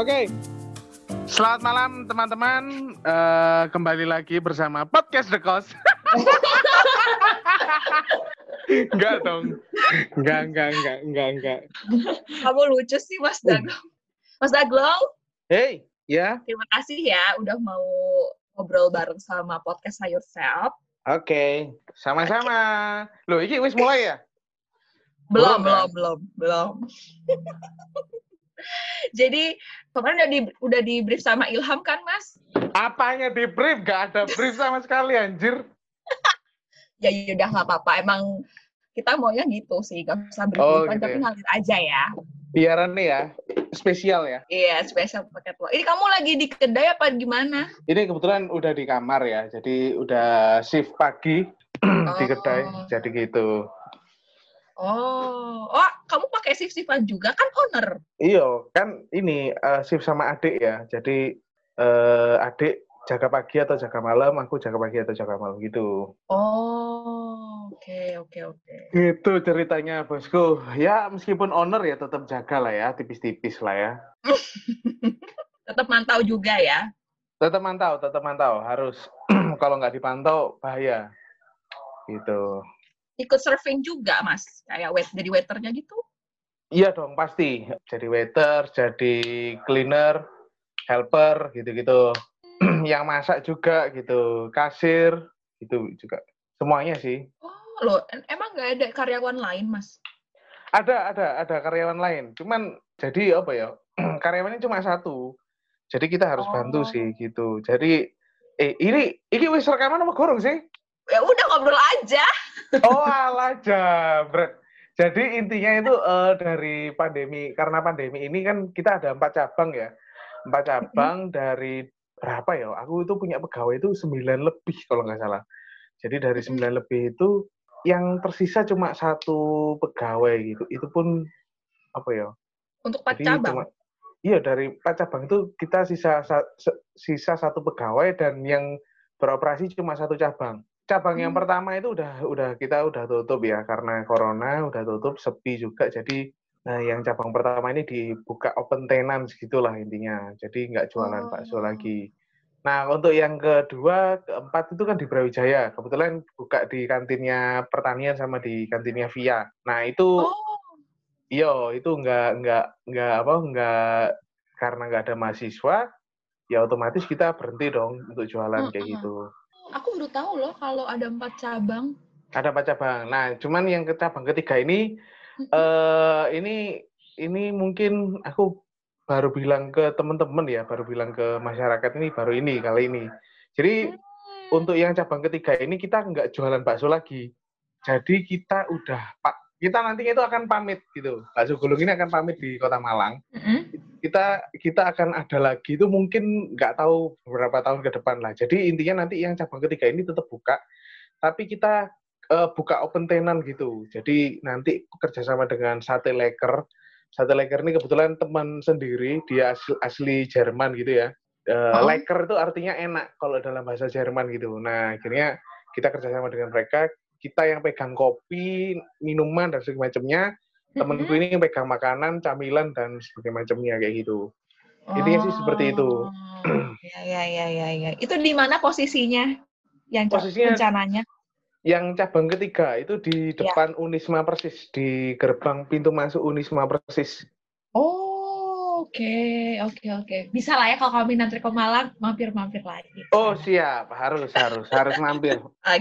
Oke. Selamat malam teman-teman. Kembali lagi bersama Podcast The Cost. Enggak dong. Enggak. Kamu lucu sih, Mas Daglong. Mas Daglong. Hey, ya. Terima kasih ya udah mau ngobrol bareng sama Podcast Yourself. Oke, sama-sama. Loh, ini wis mulai ya? Belum. Jadi kemarin udah di brief sama Ilham kan, Mas? Apanya di brief? Gak ada brief sama sekali, anjir. Ya udah nggak apa-apa. Emang kita maunya gitu sih, gak usah brief-briefan, gitu tapi ya. ngalir aja ya. Biaran nih ya, spesial ya. Iya, spesial paket lo. Ini kamu lagi di kedai apa gimana? Ini kebetulan udah di kamar ya, jadi udah shift pagi di kedai, jadi gitu. Oh, kamu pakai shift-shiftan juga kan owner? Iya, kan ini shift sama adik ya. Jadi adik jaga pagi atau jaga malam, aku jaga pagi atau jaga malam gitu. Oh, oke. Gitu ceritanya, bosku. Ya, meskipun owner ya tetap jaga lah ya, tipis-tipis lah ya. Tetap mantau juga ya? Tetap mantau. Harus. Kalau nggak dipantau, bahaya. Gitu. Ikut surfing juga, Mas? Kayak jadi waiternya gitu? Iya dong, pasti. Jadi waiter, jadi cleaner, helper, gitu-gitu. Yang masak juga, gitu. Kasir, gitu juga. Semuanya sih. Oh, loh. Emang nggak ada karyawan lain, Mas? Ada karyawan lain. Cuman, jadi apa ya, karyawannya cuma satu. Jadi kita harus bantu sih, gitu. Jadi, ini wis rekaman apa gorong sih? Ya udah, ngobrol aja. Oh, alah, jabret. Jadi intinya itu dari pandemi, karena pandemi ini kan kita ada 4 cabang ya. 4 cabang dari berapa ya? Aku itu punya pegawai itu 9 lebih kalau nggak salah. Jadi dari 9 lebih itu yang tersisa cuma 1 pegawai gitu. Itu pun apa ya? Untuk 4 Jadi cabang? iya, dari 4 cabang itu kita sisa 1 pegawai dan yang beroperasi cuma 1 cabang. Cabang yang pertama itu kita udah tutup ya karena corona, udah tutup, sepi juga. Jadi yang cabang pertama ini dibuka open tenant gitulah intinya. Jadi nggak jualan bakso lagi. Nah, untuk yang kedua, keempat itu kan di Brawijaya. Kebetulan buka di kantinnya Pertanian sama di kantinnya Via. Nah, itu itu nggak karena nggak ada mahasiswa, ya otomatis kita berhenti dong untuk jualan kayak gitu. Aku baru tahu loh kalau ada 4 cabang. Ada 4 cabang. Nah, cuman yang cabang ketiga ini, ini mungkin aku baru bilang ke teman-teman ya, baru bilang ke masyarakat ini kali ini. Jadi untuk yang cabang ketiga ini kita nggak jualan bakso lagi. Jadi kita nantinya itu akan pamit gitu. Bakso Gulung ini akan pamit di Kota Malang. Kita akan ada lagi itu mungkin nggak tahu beberapa tahun ke depan lah. Jadi intinya nanti yang cabang ketiga ini tetap buka, tapi kita buka open tenant gitu. Jadi nanti kerjasama dengan Sate Leker. Sate Leker ini kebetulan teman sendiri, dia asli Jerman gitu ya. Leker itu artinya enak kalau dalam bahasa Jerman gitu. Nah, akhirnya kita kerjasama dengan mereka. Kita yang pegang kopi, minuman, dan segala macamnya. Temenku ini yang pegang makanan, camilan, dan sebagainya macamnya kayak gitu. Intinya sih seperti itu. Ya. Itu di mana posisinya? Posisinya rencananya? Yang cabang ketiga itu di depan Unisma persis, di gerbang pintu masuk Unisma persis. Oke. Bisa lah ya kalau kami nanti ke Malang, mampir lagi. Oh, siap, harus mampir.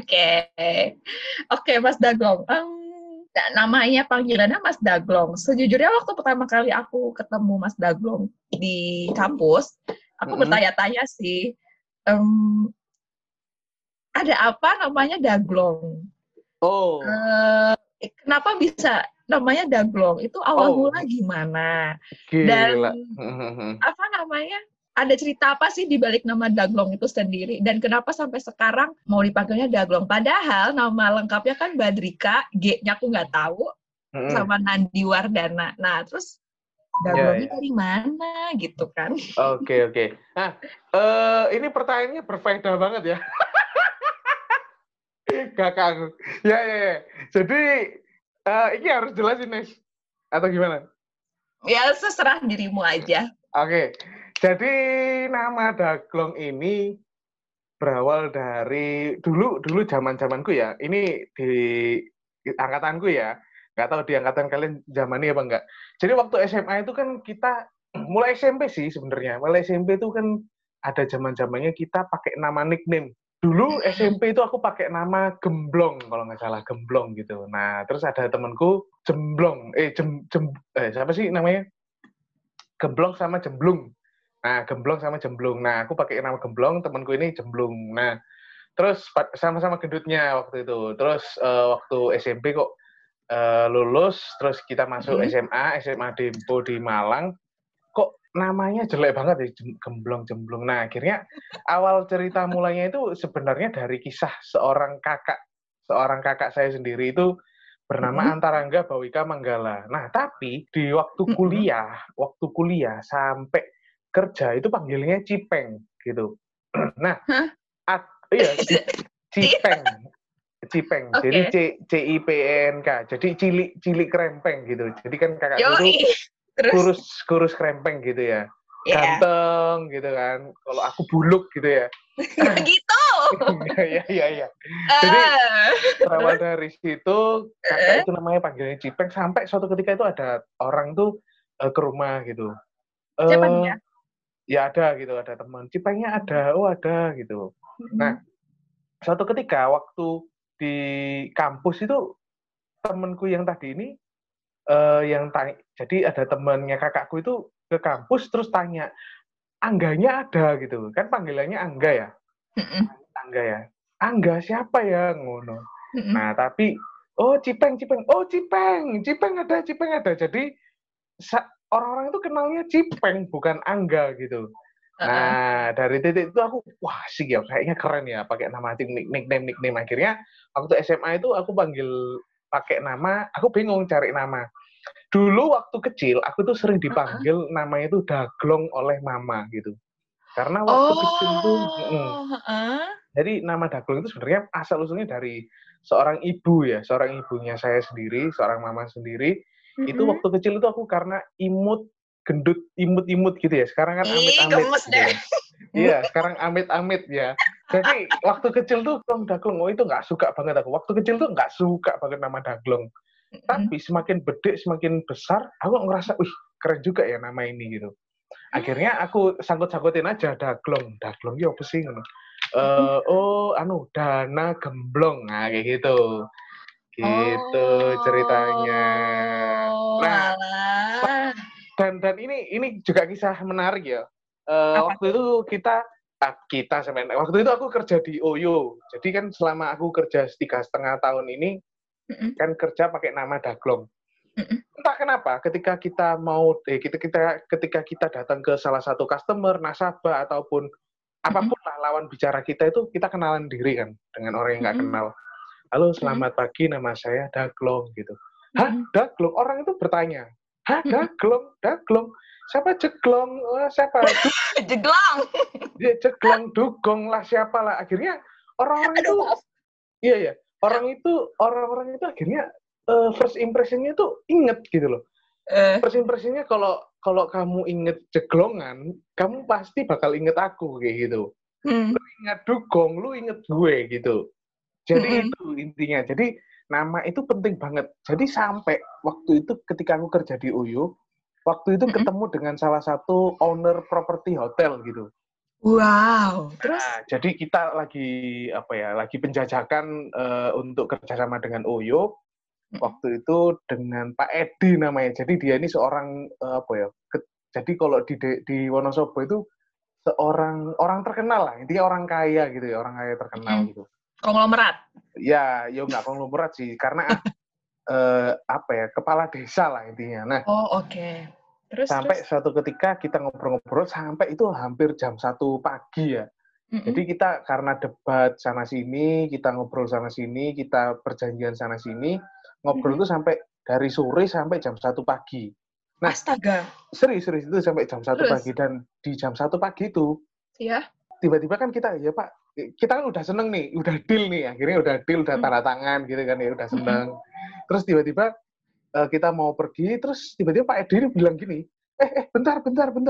Oke, Mas Daglong. Namanya panggilannya Mas Daglong. Sejujurnya waktu pertama kali aku ketemu Mas Daglong di kampus, aku bertanya-tanya sih, ada apa namanya Daglong? Kenapa bisa namanya Daglong? Itu awal mula gimana? Gila. Dan apa namanya? Ada cerita apa sih di balik nama Daglong itu sendiri? Dan kenapa sampai sekarang mau dipanggilnya Daglong? Padahal nama lengkapnya kan Badrika, G-nya aku nggak tahu, sama Nandi Wardana. Nah, terus Daglongnya dari mana gitu kan? Oke. Nah, ini pertanyaannya berfaedah banget ya. Kakak. Ya. Jadi, ini harus jelasin, Nes. Atau gimana? Ya, seserah dirimu aja. Oke, jadi nama Daglong ini berawal dari dulu zaman-zamanku ya. Ini di angkatanku ya. Nggak tahu di angkatan kalian zaman ini apa enggak. Jadi waktu SMA itu kan kita mulai SMP sih sebenarnya. Mulai SMP itu kan ada zaman-zamannya kita pakai nama nickname. Dulu SMP itu aku pakai nama Gemblong kalau nggak salah, Gemblong gitu. Nah, terus ada temanku Jemblong, siapa sih namanya? Gemblong sama Jemblung. Nah, Gemblong sama Jemblung. Nah, aku pakai nama Gemblong, temanku ini Jemblung. Nah, terus sama-sama gendutnya waktu itu. Terus waktu SMP kok lulus, terus kita masuk SMA Dempo di Malang, kok namanya jelek banget ya, Gemblong Jemblung. Nah, akhirnya awal cerita mulainya itu sebenarnya dari kisah seorang kakak saya sendiri itu bernama Antarangga Bawika Manggala. Nah, tapi di waktu kuliah sampai kerja itu panggilnya Cipeng gitu. Nah, iya Cipeng. Cipeng. Jadi CIPENK. Jadi cilik krempeng gitu. Jadi kan kakakku tuh kurus krempeng gitu ya. Ganteng gitu kan. Kalau aku buluk gitu ya. Gitu. Iya. Jadi berawal dari situ kakak itu namanya panggilnya Cipeng sampai suatu ketika itu ada orang tuh ke rumah gitu. Siapa dia? Ya ada gitu, ada teman. Cipengnya ada, oh ada gitu. Nah, suatu ketika waktu di kampus itu temanku yang tadi ini jadi ada temannya kakakku itu ke kampus terus tanya, Angganya ada gitu. Kan panggilannya Angga ya. Angga ya. Angga siapa ya ngono. Nah, tapi oh Cipeng. Oh Cipeng ada. Jadi orang-orang itu kenalnya Cipeng bukan Angga gitu. Nah, dari titik itu aku wah sih ya kayaknya keren ya pakai nama nickname. Akhirnya waktu SMA itu aku pakai nama, aku bingung cari nama. Dulu waktu kecil aku tuh sering dipanggil namanya itu Daglong oleh mama gitu. Karena waktu kecil tuh jadi nama Daglong itu sebenarnya asal usulnya dari seorang ibu ya, seorang ibunya saya sendiri, seorang mama sendiri. Itu waktu kecil itu aku karena gendut, imut gitu ya. Sekarang kan amit-amit gitu ya. Iya, sekarang amit-amit ya. Jadi waktu kecil tuh Daglong, oh itu nggak suka banget aku. Waktu kecil tuh nggak suka banget nama Daglong. Tapi semakin gede, semakin besar, aku ngerasa, wih keren juga ya nama ini gitu. Akhirnya aku sangkut-sangkutin aja Daglong. Daglong ya apa sih? Dana Gemblong. Nah, kayak gitu. Gitu ceritanya. Nah, dan ini juga kisah menarik ya. Waktu itu waktu itu aku kerja di Oyo. Jadi kan selama aku kerja 3,5 tahun ini kan kerja pakai nama Daglong. Entah kenapa ketika kita datang ke salah satu customer, nasabah ataupun apapun lah lawan bicara kita itu kita kenalan diri kan dengan orang yang nggak kenal. Halo, selamat pagi, nama saya Daglong gitu. Hah, Daglong? Orang itu bertanya. Hah, Daglong? Siapa Jeglong? Siapa? Jeglong. Ya, Jeglong, Dugong lah, siapa lah. Akhirnya orang-orang itu, iya, orang-orang itu akhirnya first impression-nya tuh inget gitu loh. First impression-nya kalau kamu inget Jeglongan, kamu pasti bakal inget aku kayak gitu. Lu inget Dugong, lu inget gue gitu. Jadi itu intinya. Jadi nama itu penting banget. Jadi sampai waktu itu ketika aku kerja di Uyo, waktu itu ketemu dengan salah satu owner properti hotel gitu. Wow. Terus? Nah, jadi kita lagi penjajakan untuk kerjasama dengan Uyo. Waktu itu dengan Pak Edi namanya. Jadi dia ini seorang jadi kalau di Wonosobo itu orang terkenal lah. Intinya orang kaya gitu ya, orang kaya terkenal gitu. Konglomerat. Ya nggak konglomerat sih, karena kepala desa lah intinya. Nah, oke. Terus sampai suatu ketika kita ngobrol-ngobrol sampai itu hampir jam 1 pagi ya. Jadi kita karena debat sana sini, kita ngobrol sana sini, kita perjanjian sana sini, ngobrol itu sampai dari sore sampai jam 1 pagi. Nah, astaga. Serius itu sampai jam 1 pagi dan di jam 1 pagi itu. Iya. Tiba-tiba kan kita ya Pak, kita kan udah seneng nih, udah deal nih, akhirnya udah deal, udah tanda tangan gitu kan ya, udah seneng. Terus tiba-tiba kita mau pergi, terus tiba-tiba Pak Edi bilang gini, bentar.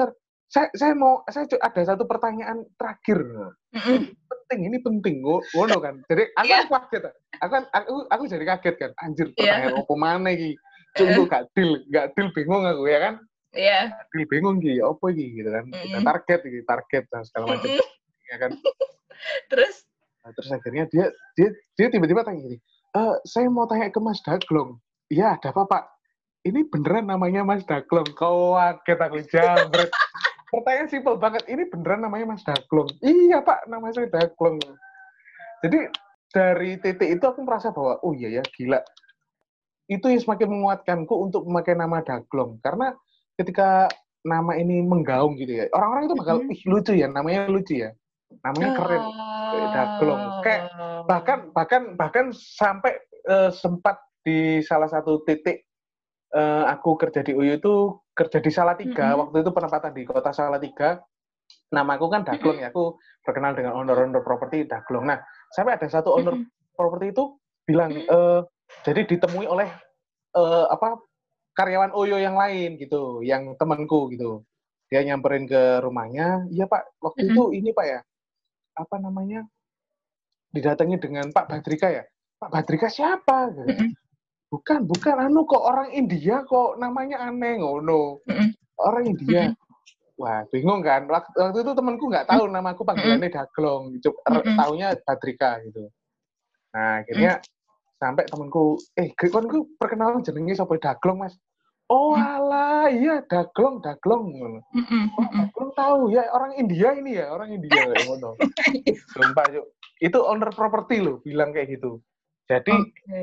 saya ada satu pertanyaan terakhir. Ini penting, ngono kan. Jadi aku kaget. Aku jadi kaget kan. Anjir, pertanyaan apa mana iki? Cuk, gak deal bingung aku ya kan. Iya. Deal bingung iki, apa iki gitu kan. Kita target dan segala macam. Ya kan. Terus akhirnya dia tiba-tiba tanya gini, saya mau tanya ke Mas Daglong. Iya, ada apa Pak? Ini beneran namanya Mas Daglong? Kau kaget aku jambret. Pertanyaan simpel banget. Ini beneran namanya Mas Daglong? Iya Pak, nama saya Daglong. Jadi dari titik itu aku merasa bahwa, oh iya ya, gila. Itu yang semakin menguatkanku untuk memakai nama Daglong. Karena ketika nama ini menggaung gitu ya, orang-orang itu bakal, lucu ya, namanya lucu ya. Namanya keren. Daglong. Kayak bahkan sampai sempat di salah satu titik aku kerja di UU itu kerja di Salatiga. Waktu itu penempatan di kota Salatiga. Namaku kan Daglong ya. Aku berkenal dengan owner properti Daglong. Nah, sampai ada satu owner properti itu bilang, jadi ditemui oleh karyawan OYO yang lain gitu, yang temanku gitu. Dia nyamperin ke rumahnya. Iya Pak, waktu itu ini Pak ya, apa namanya, didatangi dengan Pak Badrika ya. Pak Badrika siapa? Bukan, kok orang India kok namanya aneh, ngono. Orang India. Wah, bingung kan. Waktu itu temanku nggak tahu namaku panggilannya Daglong. Taunya Badrika gitu. Nah, akhirnya sampai temanku, konku perkenalan jenenge sapa Daglong, Mas. Oh alah, iya Daglong. Oh, Daglong tahu ya, orang India ini ya, orang India ngono. Sumpah, Cuk. Itu owner properti loh bilang kayak gitu. Jadi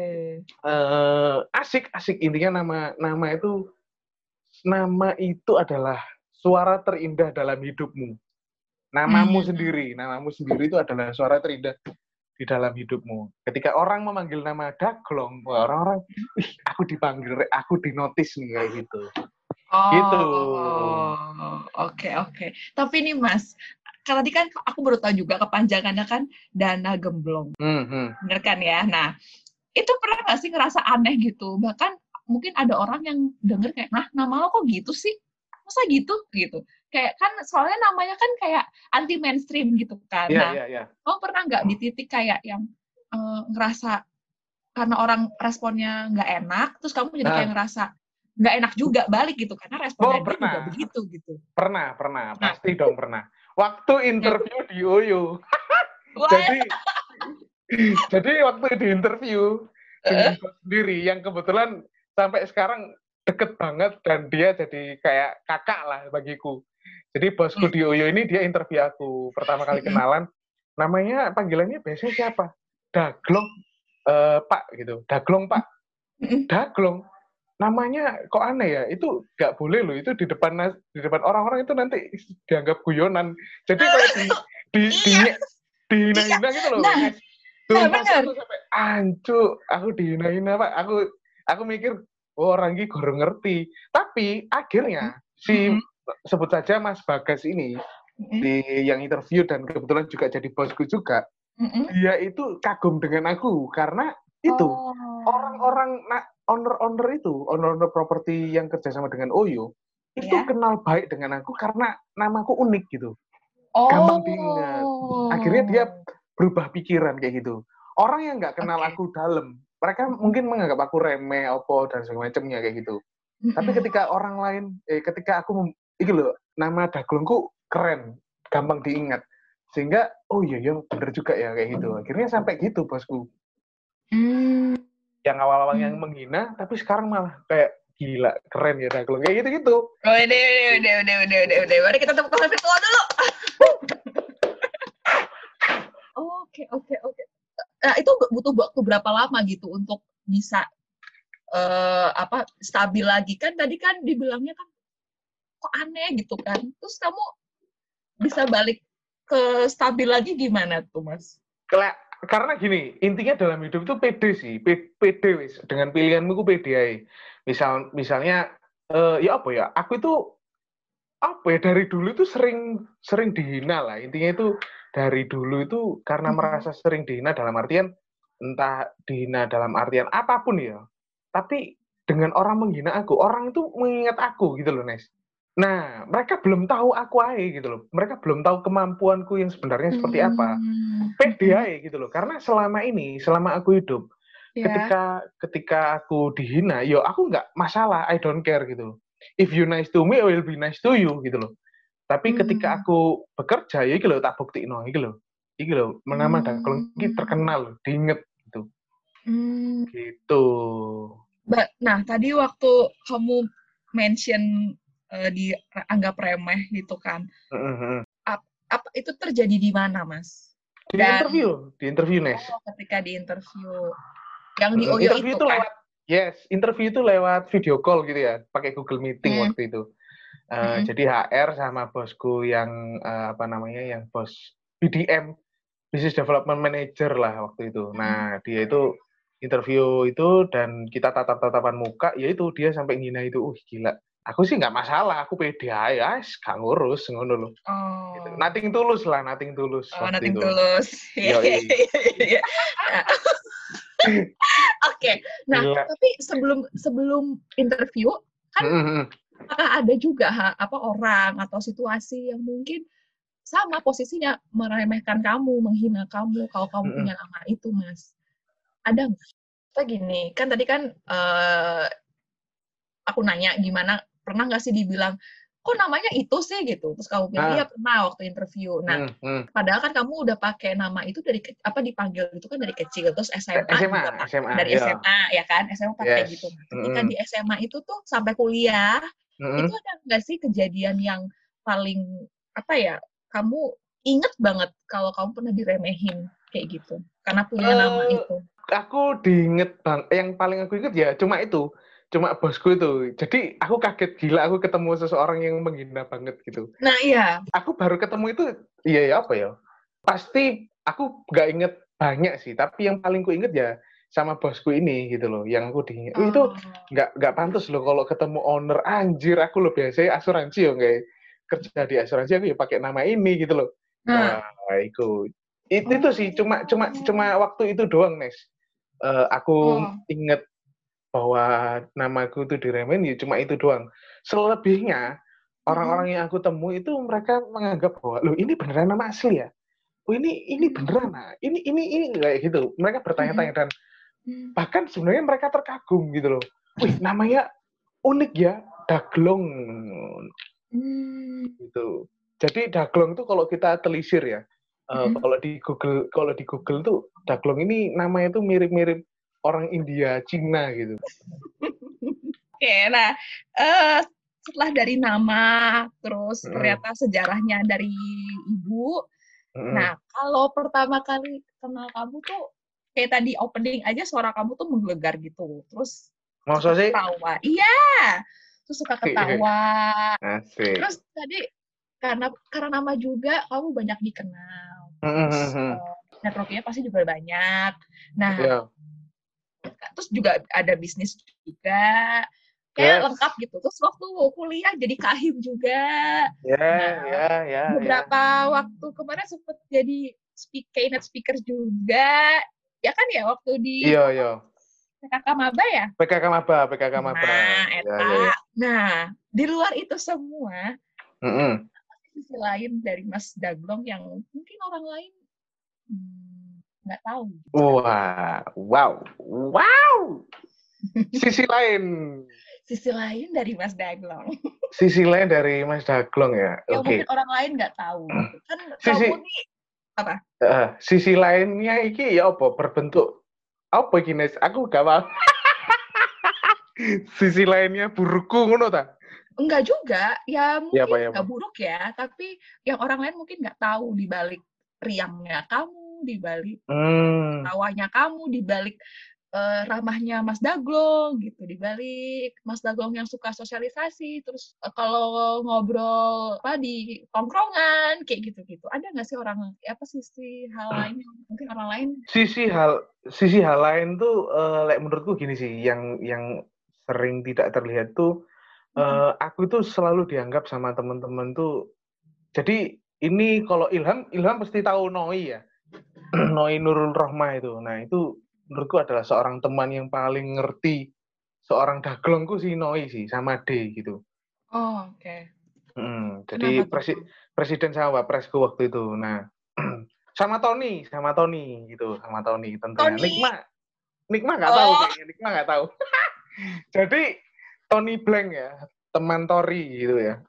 asik intinya nama itu adalah suara terindah dalam hidupmu. Namamu sendiri itu adalah suara terindah di dalam hidupmu. Ketika orang memanggil nama Daglong, wah, orang-orang, aku dipanggil, aku dinotis nih kayak gitu. Gitu. Oke. Tapi nih Mas, tadi kan aku baru tahu juga kepanjangannya kan Dana Gemblong. Bener kan ya? Nah, itu pernah nggak sih ngerasa aneh gitu? Bahkan mungkin ada orang yang denger kayak, nah nama lo kok gitu sih? Masa gitu? Kayak kan soalnya namanya kan kayak anti mainstream gitu kan. Iya. Kamu pernah nggak di titik kayak yang ngerasa karena orang responnya nggak enak, terus kamu jadi kayak ngerasa nggak enak juga balik gitu karena responnya dia juga begitu gitu. Pernah, pasti dong pernah. Waktu interview di OYO. Jadi waktu di interview dengan bos sendiri yang kebetulan sampai sekarang deket banget dan dia jadi kayak kakak lah bagiku. Jadi bosku di OYO ini dia interview aku pertama kali kenalan. Namanya panggilannya biasanya siapa? Daglong, Pak gitu. Daglong Pak. Daglong. Namanya kok aneh ya? Itu nggak boleh loh. Itu di depan orang-orang itu nanti dianggap guyonan. Jadi kayak dihina-hina gitu loh. Sumpah aku sampai aku dihina-hina Pak. Aku mikir, orang ini kurang ngerti. Tapi akhirnya sebut saja Mas Bagas ini yang interview dan kebetulan juga jadi bosku juga. Dia itu kagum dengan aku karena itu orang-orang owner properti yang kerjasama dengan OYO itu kenal baik dengan aku karena namaku unik gitu. Gampang diingat. Akhirnya dia berubah pikiran kayak gitu. Orang yang nggak kenal aku dalam, mereka mungkin menganggap aku remeh, dan segala macamnya kayak gitu. Tapi ketika orang lain, ketika aku nama Daglongku keren, gampang diingat. Sehingga, oh iya bener juga ya kayak gitu. Akhirnya sampai gitu bosku. Yang awal-awal yang menghina, tapi sekarang malah kayak gila, keren ya Daglong. Kayak gitu-gitu. Udah. Mari kita tepuk tangan virtual dulu. Oke. Nah, itu butuh waktu berapa lama gitu untuk bisa stabil lagi kan? Tadi kan dibilangnya kan kok aneh gitu kan. Terus kamu bisa balik ke stabil lagi gimana tuh, Mas? Karena gini, intinya dalam hidup itu pede sih. Pede wis. Dengan pilihanmu ku pede aja. Misalnya aku itu dari dulu itu sering dihina lah. Intinya itu dari dulu itu karena merasa sering dihina dalam artian entah dihina dalam artian apapun ya. Tapi dengan orang menghina aku, orang itu mengingat aku gitu loh, Nes. Nah, mereka belum tahu aku ae gitu loh. Mereka belum tahu kemampuanku yang sebenarnya seperti apa. Pede ae gitu loh. Karena selama ini, selama aku hidup, Ya. ketika aku dihina, yo aku nggak masalah, I don't care gitu loh. If you nice to me, I will be nice to you gitu loh. Tapi ketika Hmm. aku bekerja, ya iki lho tak buktikno, iki lho. Iki lho, nama Daglong iki terkenal, diinget gitu. Hmm. Gitu. Nah, tadi waktu kamu mention dianggap remeh gitu kan. Heeh. Apa itu terjadi di mana, Mas? Dan Di interview Nes. ketika di interview yang di Oyo Interview itu itu kan? lewat interview itu lewat video call gitu ya, pakai Google Meeting Hmm. waktu itu. Mm-mm. Jadi HR sama bosku yang apa namanya, yang bos BDM, Business Development Manager lah waktu itu. Nah, dia itu interview itu dan kita tatap-tatapan muka, ya itu dia sampai ngina itu, gila. Aku sih nggak masalah, aku pede aja, gak ngurus, ngono loh. Gitu. Oh, Nothing tulus waktu nothing itu. tulus. Yo, Iya. Nah, Oke. Nah, gila. tapi sebelum interview kan apakah ada juga orang atau situasi yang mungkin sama posisinya meremehkan kamu, menghina kamu kalau kamu punya nama itu, Mas? Ada nggak? Kita gini, kan tadi kan aku nanya gimana, pernah nggak sih dibilang, kok namanya itu sih gitu? Terus kamu bilang, iya pernah waktu interview. Nah, padahal kan kamu udah pakai nama itu dipanggil itu kan dari kecil, terus SMA juga pakai, SMA, dari ya. SMA ya kan, SMA pakai Yes. gitu. Nah, ketika di SMA itu tuh sampai kuliah, itu Mm-mm. ada nggak sih kejadian yang paling apa ya, kamu inget banget kalau kamu pernah diremehin kayak gitu karena punya nama Eh, itu? aku diinget yang paling aku inget ya cuma itu, cuma bosku itu. Jadi aku kaget gila, aku ketemu seseorang yang menghina banget gitu. Nah iya. Aku baru ketemu itu, iya ya apa ya? Pasti aku nggak inget banyak sih, tapi yang paling ku inget ya sama bosku ini gitu loh, yang aku diinget. Itu nggak pantas loh kalau ketemu owner, anjir aku loh biasanya asuransi ya, kayak kerja di asuransi aku ya pakai nama ini gitu loh. Nah. Wah, itu sih cuma waktu itu doang, Nes. Aku Oh. inget bahwa namaku itu diremehin ya cuma itu doang. Selebihnya orang-orang yang aku temui itu mereka menganggap bahwa loh ini beneran nama asli ya. Oh ini beneran nah. Ini kayak gitu. Mereka bertanya-tanya dan bahkan sebenarnya mereka terkagum gitu loh. Wih, namanya unik ya, Daglong gitu. Jadi Daglong itu kalau kita telisir ya, kalau di Google tuh Daglong ini namanya tuh mirip-mirip orang India, Cina gitu. Oke, nah setelah dari nama, terus ternyata sejarahnya dari ibu. Nah, kalau pertama kali kenal kamu tuh kayak tadi opening aja suara kamu tuh menggelegar gitu. Terus suka Maksud sih? ketawa. Iya. Terus suka ketawa. Asik. Terus tadi karena nama juga kamu banyak dikenal. Terus networknya pasti juga banyak. Nah, Ya. terus juga ada bisnis juga. Kayak lengkap gitu. Terus waktu kuliah jadi kahim juga. Nah, Ya. beberapa waktu kemarin sempat jadi keynote speaker juga. Ya kan ya waktu di Iya. PKK Maba ya? PKK Maba. Nah, Ya. eta. Nah, di luar itu semua, Mm-mm. sisi lain dari Mas Daglong yang mungkin orang lain nggak tahu. Wah, wow. Sisi lain. Sisi lain dari Mas Daglong. Sisi lain dari Mas Daglong ya. Yang Oke. mungkin orang lain nggak tahu. Gitu. Kan Sisi kamu nih apa? sisi lainnya iki ya apa berbentuk apa iki Nes? Aku gak paham. Sisi lainnya buruku ngono ta? Enggak juga, ya Ya mungkin apa? nggak buruk ya, tapi yang orang lain mungkin nggak tahu di balik riangnya kamu, di balik tawanya kamu, di balik ramahnya Mas Daglong gitu, di balik Mas Daglong yang suka sosialisasi, terus kalau ngobrol di tongkrongan kayak gitu-gitu. Ada nggak sih sisi hal lain yang mungkin orang lain? Sisi hal lain tuh menurutku gini sih, yang sering tidak terlihat tuh aku tuh selalu dianggap sama teman-teman tuh. Jadi ini kalau Ilham pasti tahu Noi ya. Noi Nurul Rohmah itu. Nah, itu menurutku adalah seorang teman yang paling ngerti seorang Daglongku si Noi sih sama D gitu. Oh, oke. Jadi Kenapa tuh? presiden sama wapresku waktu itu. Nah, sama Tony gitu, sama Tony tentunya. Tony. Nikma nggak tahu Oh. kayaknya, Nikma nggak tahu. Jadi Tony Blank ya, teman Tori gitu ya.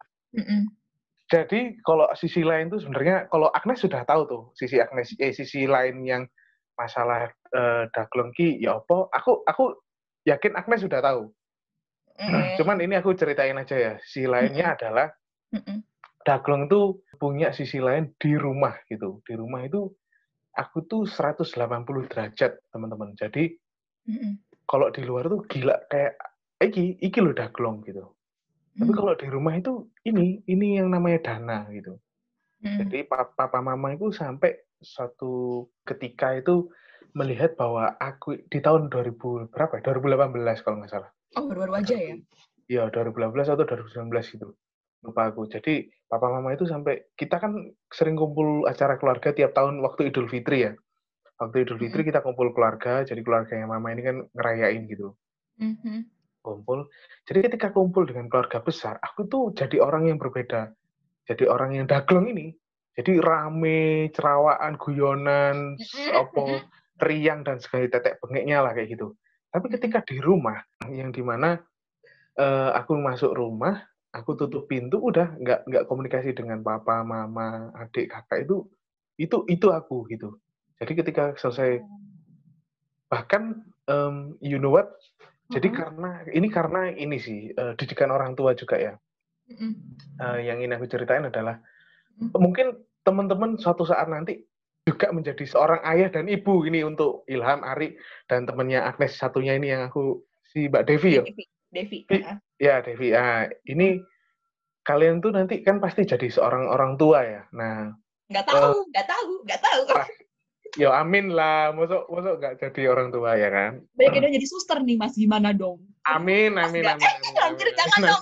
Jadi kalau sisi lain tuh sebenarnya kalau Agnes sudah tahu tuh sisi lain yang masalah Daglong ki ya apa? Aku yakin Agnes sudah tahu. Cuman ini aku ceritain aja ya. Sisi lainnya adalah Daglong tuh punya sisi lain di rumah gitu. Di rumah itu aku tuh 180 derajat, teman-teman. Jadi kalau di luar tuh gila kayak iki loh Daglong gitu. Tapi kalau di rumah itu ini yang namanya Dana gitu. Jadi papa mama itu sampai suatu ketika itu melihat bahwa aku di tahun 2000 berapa ya? 2018 kalau nggak salah. Oh, baru-baru aja ya? Iya, 2018 atau 2019 gitu. Lupa aku. Jadi papa mama itu sampai kita kan sering kumpul acara keluarga tiap tahun waktu Idul Fitri ya. Waktu Idul Fitri kita kumpul keluarga, jadi keluarganya mama ini kan ngerayain gitu. Kumpul. Jadi ketika kumpul dengan keluarga besar, aku tuh jadi orang yang berbeda. Jadi orang yang Daglong ini. Jadi rame, cerawaan, guyonan, teriang dan segala tetek bengeknya lah kayak gitu. Tapi ketika di rumah, yang dimana aku masuk rumah, aku tutup pintu, udah nggak komunikasi dengan papa, mama, adik, kakak itu aku gitu. Jadi ketika selesai, bahkan you know what? Jadi karena ini sih didikan orang tua juga ya. Yang ingin aku ceritain adalah mungkin teman-teman suatu saat nanti juga menjadi seorang ayah dan ibu ini untuk Ilham, Ari, dan temannya Agnes satunya ini yang si Mbak Devi ya. Devi. Ya Devi. Ini kalian tuh nanti kan pasti jadi seorang orang tua ya. Nah, nggak tahu. Ya amin lah, mosok nggak jadi orang tua ya kan? Banyak yang jadi suster nih Mas, gimana dong? Amin. Jangan dong.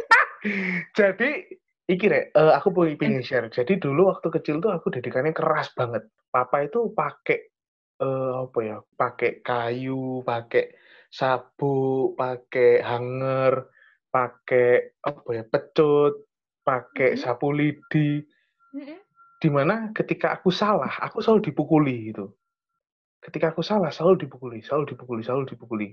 Jadi, iki rek, aku pengen share. Jadi dulu waktu kecil tuh aku didikannya keras banget. Papa itu pakai pakai kayu, pakai sabuk, pakai hanger, pakai pecut, pakai sapu lidi. Dimana ketika aku salah, aku selalu dipukuli gitu. Ketika aku salah, selalu dipukuli.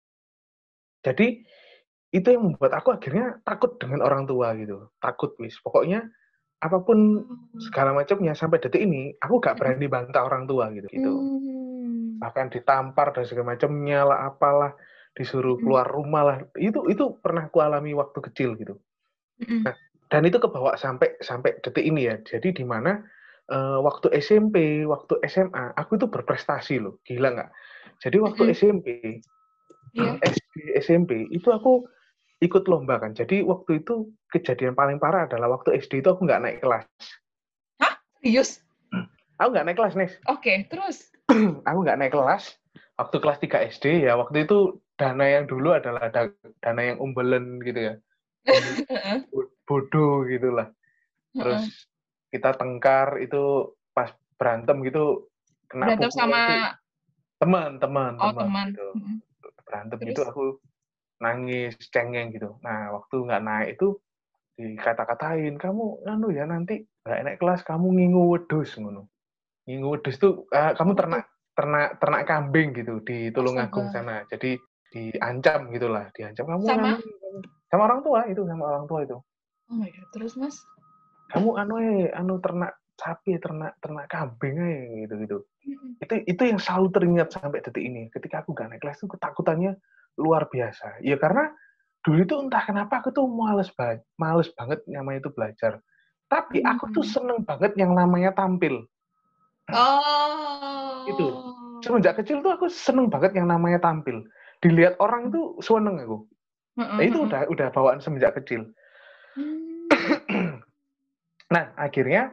Jadi itu yang membuat aku akhirnya takut dengan orang tua gitu. Takut pokoknya apapun segala macamnya sampai detik ini aku gak berani bantah orang tua gitu. Bahkan ditampar dan segala macamnya lah, apalah, disuruh keluar rumah lah. Itu pernah aku alami waktu kecil gitu. Nah, dan itu kebawa sampai detik ini ya. Jadi di mana waktu SMP, waktu SMA, aku itu berprestasi loh, gila nggak? Jadi waktu SMP, SD, SMP, itu aku ikut lomba kan. Jadi waktu itu kejadian paling parah adalah waktu SD itu aku nggak naik kelas. Hah? Serius? Aku nggak naik kelas, Nes. Oke, terus? Aku nggak naik kelas. Waktu kelas 3 SD ya, waktu itu dana yang dulu adalah dana yang umbelen gitu ya. Bodoh gitulah. Terus kita tengkar itu pas berantem gitu kena berantem pukulan sama itu teman gitu. Berantem gitu aku nangis cengeng gitu. Nah waktu nggak naik itu dikata-katain, kamu ya nanti nggak naik kelas, kamu ngingu wedhus ngono. Ngingu wedhus tuh kamu ternak kambing gitu di Tulungagung sana. Jadi diancam gitulah, diancam kamu sama orang tua itu. Oh my god, terus Mas? Kamu ternak sapi, ternak kambing gitu. Itu yang selalu teringat sampai detik ini. Ketika aku gak naik kelas itu ketakutannya luar biasa. Ya karena dulu itu entah kenapa aku tuh males banget namanya itu belajar. Tapi aku tuh seneng banget yang namanya tampil. Itu. Semenjak kecil tuh aku seneng banget yang namanya tampil. Dilihat orang tuh seneng aku. Nah, itu udah bawaan semenjak kecil. Nah, akhirnya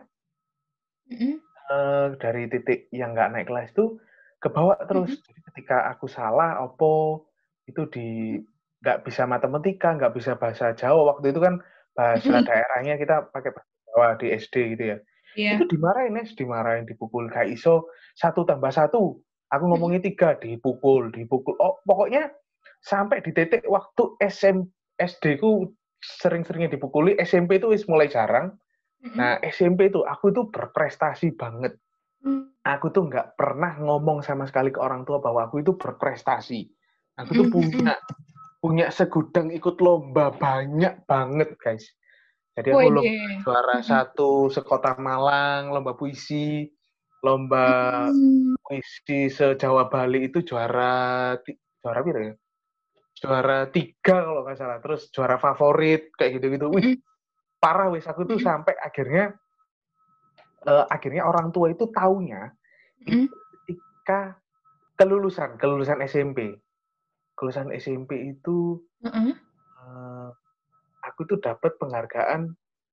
dari titik yang nggak naik kelas itu kebawa terus. Jadi ketika aku salah, itu nggak bisa matematika, nggak bisa bahasa Jawa. Waktu itu kan bahasa daerahnya kita pakai bahasa Jawa di SD gitu ya. Itu dimarahin, dipukul. Kayak iso 1 tambah 1. Aku ngomongnya 3, dipukul. Oh, pokoknya sampai di titik waktu SD ku sering-seringnya dipukuli. SMP itu wis mulai jarang. Mm-mm. Nah, SMP itu aku tuh berprestasi banget. Aku tuh nggak pernah ngomong sama sekali ke orang tua bahwa aku itu berprestasi. Aku tuh punya segudang ikut lomba banyak banget, guys. Jadi aku lomba Wede. juara satu sekota Malang, lomba puisi se-Jawa Bali itu juara berapa ya? Juara 3 kalau nggak salah. Terus juara favorit kayak gitu-gitu. Wih, parah wis aku tuh sampai akhirnya orang tua itu taunya itu ketika kelulusan SMP. Kelulusan SMP itu aku tuh dapat penghargaan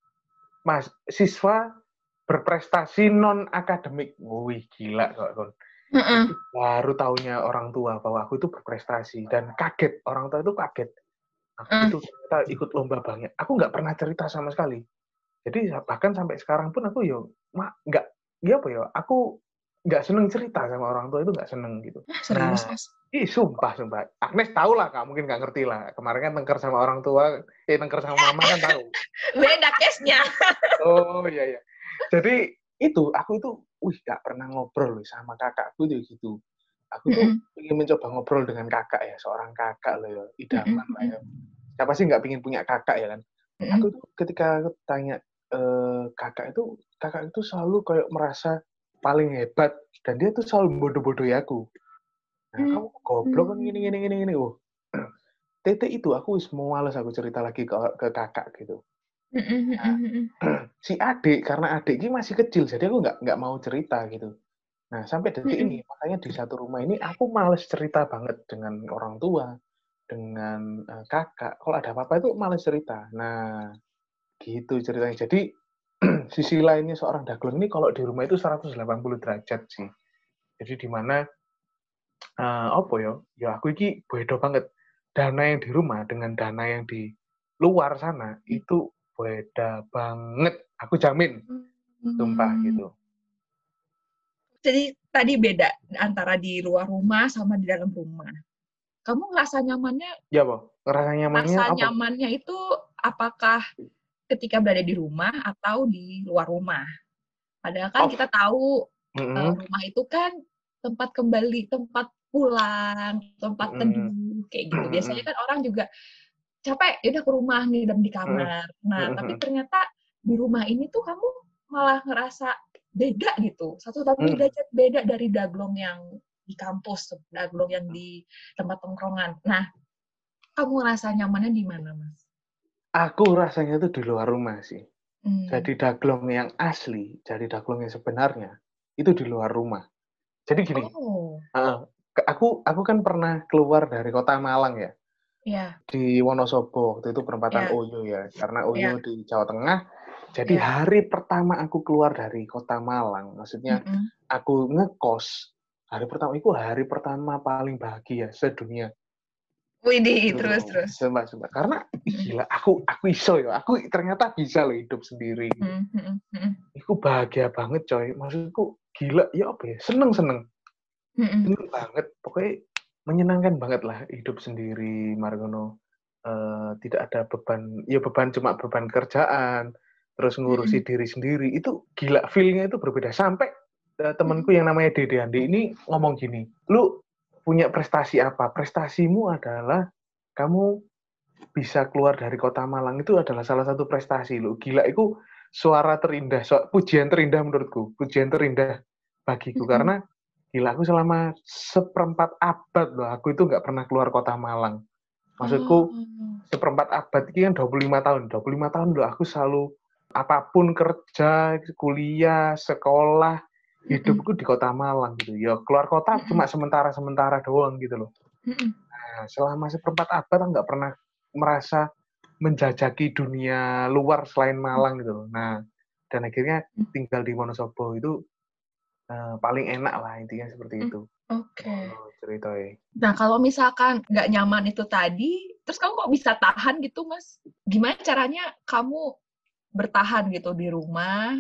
siswa berprestasi non akademik. Wih, gila kok. Itu baru taunya orang tua bahwa aku itu berprestasi dan kaget. Orang tua itu kaget. Aku itu ternyata ikut lomba banyak. Aku nggak pernah cerita sama sekali. Jadi bahkan sampai sekarang pun aku nggak, ya apa ya, aku nggak seneng cerita sama orang tua, itu nggak seneng gitu. Serius, Nah, Mas? sumpah. Agnes tahu lah, Kak, mungkin nggak ngerti lah. Kemarin kan tengker sama orang tua, tengker sama mama kan tahu. Beda case-nya. Oh iya. Jadi aku itu, nggak pernah ngobrol loh sama kakakku itu gitu. Aku tuh ingin mencoba ngobrol dengan kakak ya, seorang kakak loh ya, idaman lah ya. Siapa sih nggak ingin punya kakak ya kan? Aku tuh ketika aku tanya kakak itu selalu kayak merasa paling hebat dan dia tuh selalu bodoh-bodohi aku. Nah, kamu goblok kan gini. Oh. Tete itu aku mau males aku cerita lagi ke kakak gitu. Nah, si adik, karena adik ini masih kecil, jadi aku nggak mau cerita gitu. Nah, sampai detik ini, makanya di satu rumah ini aku males cerita banget dengan orang tua, dengan kakak. Kalau ada apa-apa itu males cerita. Nah, gitu ceritanya. Jadi, sisi lainnya seorang dagleng ini kalau di rumah itu 180 derajat sih. Jadi di mana, apa ya, aku ini beda banget. Dana yang di rumah dengan dana yang di luar sana, itu beda banget. Aku jamin, sumpah gitu. Jadi tadi beda antara di luar rumah sama di dalam rumah. Kamu ngerasa nyamannya Ya, Bo. Nyamannya rasa apa? nyamannya itu apakah ketika berada di rumah atau di luar rumah? Padahal kan kita tahu rumah itu kan tempat kembali, tempat pulang, tempat teduh kayak gitu. Biasanya kan orang juga capek, ya udah ke rumah nih dan di kamar. Nah, tapi ternyata di rumah ini tuh kamu malah ngerasa beda gitu. 180 derajat beda dari daglong yang di kampus, daglong yang di tempat tongkrongan. Nah, kamu ngerasa nyamannya di mana, Mas? Aku rasanya itu di luar rumah sih. Jadi daglong yang asli, jadi daglong yang sebenarnya, itu di luar rumah. Jadi gini, aku kan pernah keluar dari kota Malang ya, di Wonosobo, waktu itu perempatan Oyo ya, karena Oyo di Jawa Tengah. Jadi hari pertama aku keluar dari kota Malang, maksudnya aku ngekos, hari pertama paling bahagia sedunia. Widih, terus. Sumpah. Karena gila, aku iso ya. Aku ternyata bisa loh hidup sendiri. Aku bahagia banget coy. Maksudku gila, ya apa ya? Seneng banget. Pokoknya menyenangkan banget lah hidup sendiri, Margono. Tidak ada beban cuma beban kerjaan, terus ngurusi diri sendiri. Itu gila, feel-nya itu berbeda. Sampai temanku yang namanya Dede Andi ini ngomong gini, lu punya prestasi apa? Prestasimu adalah kamu bisa keluar dari kota Malang, itu adalah salah satu prestasi lu. Gila, itu suara terindah, pujian terindah menurutku, pujian terindah bagiku. Karena gila, aku selama seperempat abad loh, aku itu nggak pernah keluar kota Malang. Maksudku, seperempat abad ini kan 25 tahun. 25 tahun loh, aku selalu apapun kerja, kuliah, sekolah, hidupku di kota Malang gitu. Ya keluar kota cuma sementara doang gitu loh. Nah, selama seperempat abad aku nggak pernah merasa menjajaki dunia luar selain Malang gitu loh. Nah, dan akhirnya tinggal di Wonosobo itu paling enak lah, intinya seperti itu. Oke. Ceritanya. Nah, kalau misalkan nggak nyaman itu tadi, terus kamu kok bisa tahan gitu, Mas? Gimana caranya kamu bertahan gitu di rumah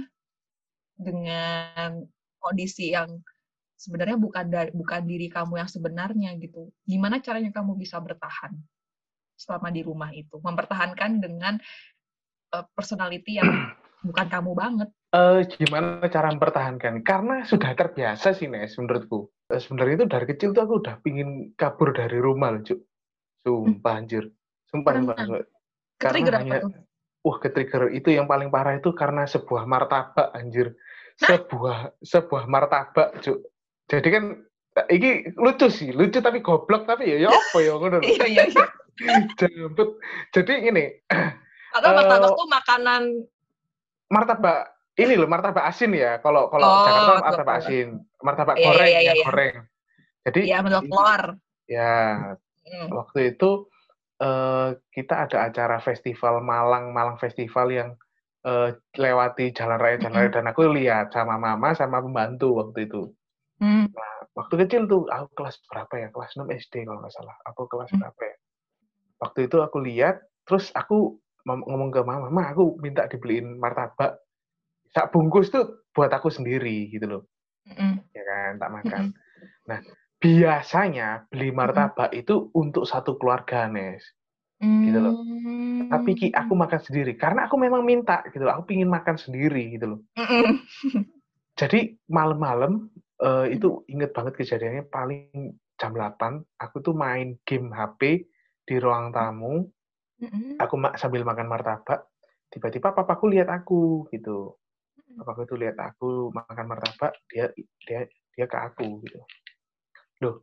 dengan kondisi yang sebenarnya bukan diri kamu yang sebenarnya gitu. Gimana caranya kamu bisa bertahan? selama di rumah itu? Mempertahankan dengan personality yang bukan kamu banget. Gimana cara mempertahankan? Karena sudah terbiasa sih, Nes, menurutku. Sebenarnya itu dari kecil tuh aku udah pingin kabur dari rumah loh, Cuk. Sumpah, anjir. Sumpah. Ke Karena trigger apa hanya, tuh? ke trigger itu yang paling parah itu karena sebuah martabak, anjir. Sebuah martabak, Cuk. Jadi kan, ini lucu sih, lucu tapi goblok, tapi ya apa ya, ngono lho. Iya. Jemput. Jadi ini, Atau martabak tuh makanan. martabak ini loh, martabak asin ya. Kalau Oh, Jakarta martabak telur. asin, martabak goreng Iya. yang goreng. Jadi Iya, menurut telur. ya Hmm. waktu itu kita ada acara festival Malang Festival yang lewati jalan raya dan aku lihat sama mama sama pembantu waktu itu. Waktu kecil tuh aku kelas berapa ya? Kelas 6 SD kalau nggak salah. Aku kelas berapa ya? Waktu itu aku lihat, terus aku ngomong ke mama, "Ma, aku minta dibeliin martabak sak bungkus tuh buat aku sendiri," gitu loh. Ya kan, tak makan. Nah, biasanya beli martabak itu untuk satu keluarga, Nes. Gitu loh. Tapi aku makan sendiri karena aku memang minta gitu loh. Aku pingin makan sendiri gitu loh. Jadi malam-malam itu inget banget kejadiannya paling jam 8 aku tuh main game HP di ruang tamu. Aku sambil makan martabak, tiba-tiba papaku lihat aku gitu. Papaku tuh lihat aku makan martabak, dia ke aku gitu. Loh,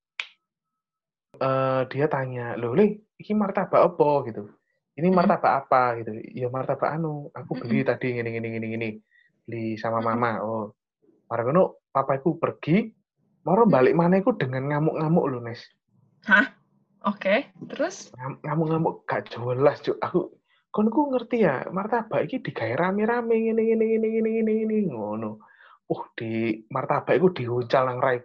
dia tanya, "Loh, Le, ini martabak apa?" gitu. "Ini martabak apa?" gitu. "Ya martabak anu, aku beli tadi gini. Beli sama mama." Oh, mari ngono papaku pergi, moro balik maneh iku dengan ngamuk-ngamuk lho, Nes. Hah? Oke, terus? Ngamuk-ngamuk gak jelas, Cuk. Kon ku ngerti ya, martabak iki digawe rame-rame ngene ngono. Di martabak iku diuncal nang raiku.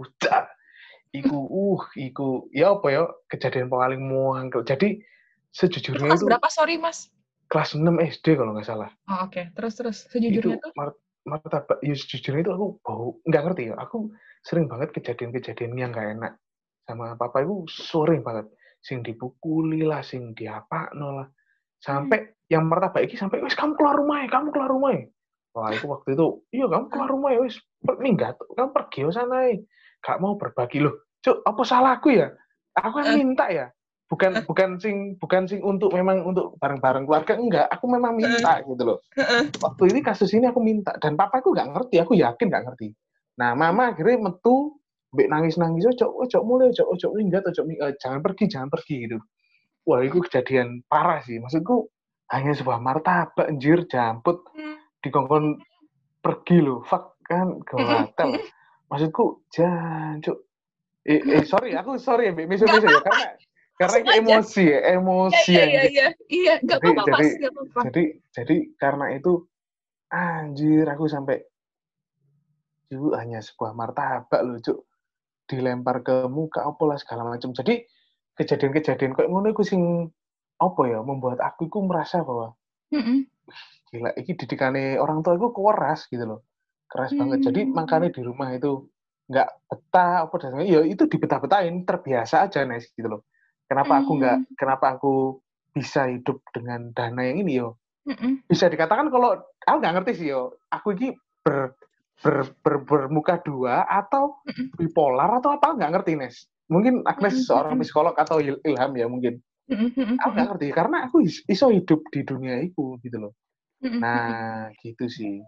Iku ya apa ya, kejadian paling muangkel. Jadi Itu sejujurnya kelas itu berapa, sorry, Mas? kelas 6 SD kalau nggak salah. Oh, oke. Terus. Sejujurnya Itu tuh? martabak ya sejujurnya itu aku nggak ngerti ya. Aku sering banget kejadian-kejadian yang nggak enak sama papa itu sering banget. Sing dipukuli lah, sing diapakno lah. Sampai yang martabak iki sampai, "Wis kamu keluar rumah ya, kamu keluar rumah ya." Wah, itu waktu itu, "Iya kamu keluar rumah ya, wis minggat, kamu pergi ke sana ya. Gak mau berbagi." Loh, Cuk, apa salahku ya? Aku kan minta ya. Bukan sing untuk memang untuk bareng-bareng keluarga, enggak. Aku memang minta gitu loh. Waktu ini kasus ini aku minta dan papaku nggak ngerti, aku yakin nggak ngerti. Nah, mama akhirnya metu, mbek nangis-nangis, ojo mulai, ojo minggat, jangan pergi gitu. Wah, itu kejadian parah sih. Maksudku hanya sebuah martabak anjir jamput dikongkon pergi loh. Fuck kan gawatel. Maksudku jancuk. Sorry ya Mbak Nggak Miso ya apa-apa, karena langsung ini aja. emosi anjir. Iya. Nggak Jadi apa-apa, jadi Mas. Nggak apa-apa. jadi karena itu anjir aku sampai hanya sebuah martabak loh, Cuk. Dilempar ke muka apalah segala macam. Jadi kejadian-kejadian kayak ngono iku sing apa ya, membuat aku iku merasa bahwa gila iki didikane orang tua iku keras gitu loh. Keras banget. Jadi makanya di rumah itu nggak betah apa dan ya itu dibetah-betahin, terbiasa aja Nes gitu loh. Kenapa aku bisa hidup dengan dana yang ini yo? Bisa dikatakan kalau aku nggak ngerti sih yo. Aku ini bermuka dua atau bipolar atau apa nggak ngerti Nes. Mungkin Agnes seorang psikolog atau Ilham ya mungkin. Aku nggak ngerti karena aku iso hidup di dunia itu gitu loh. Nah gitu sih.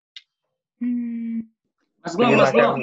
Mas Glong.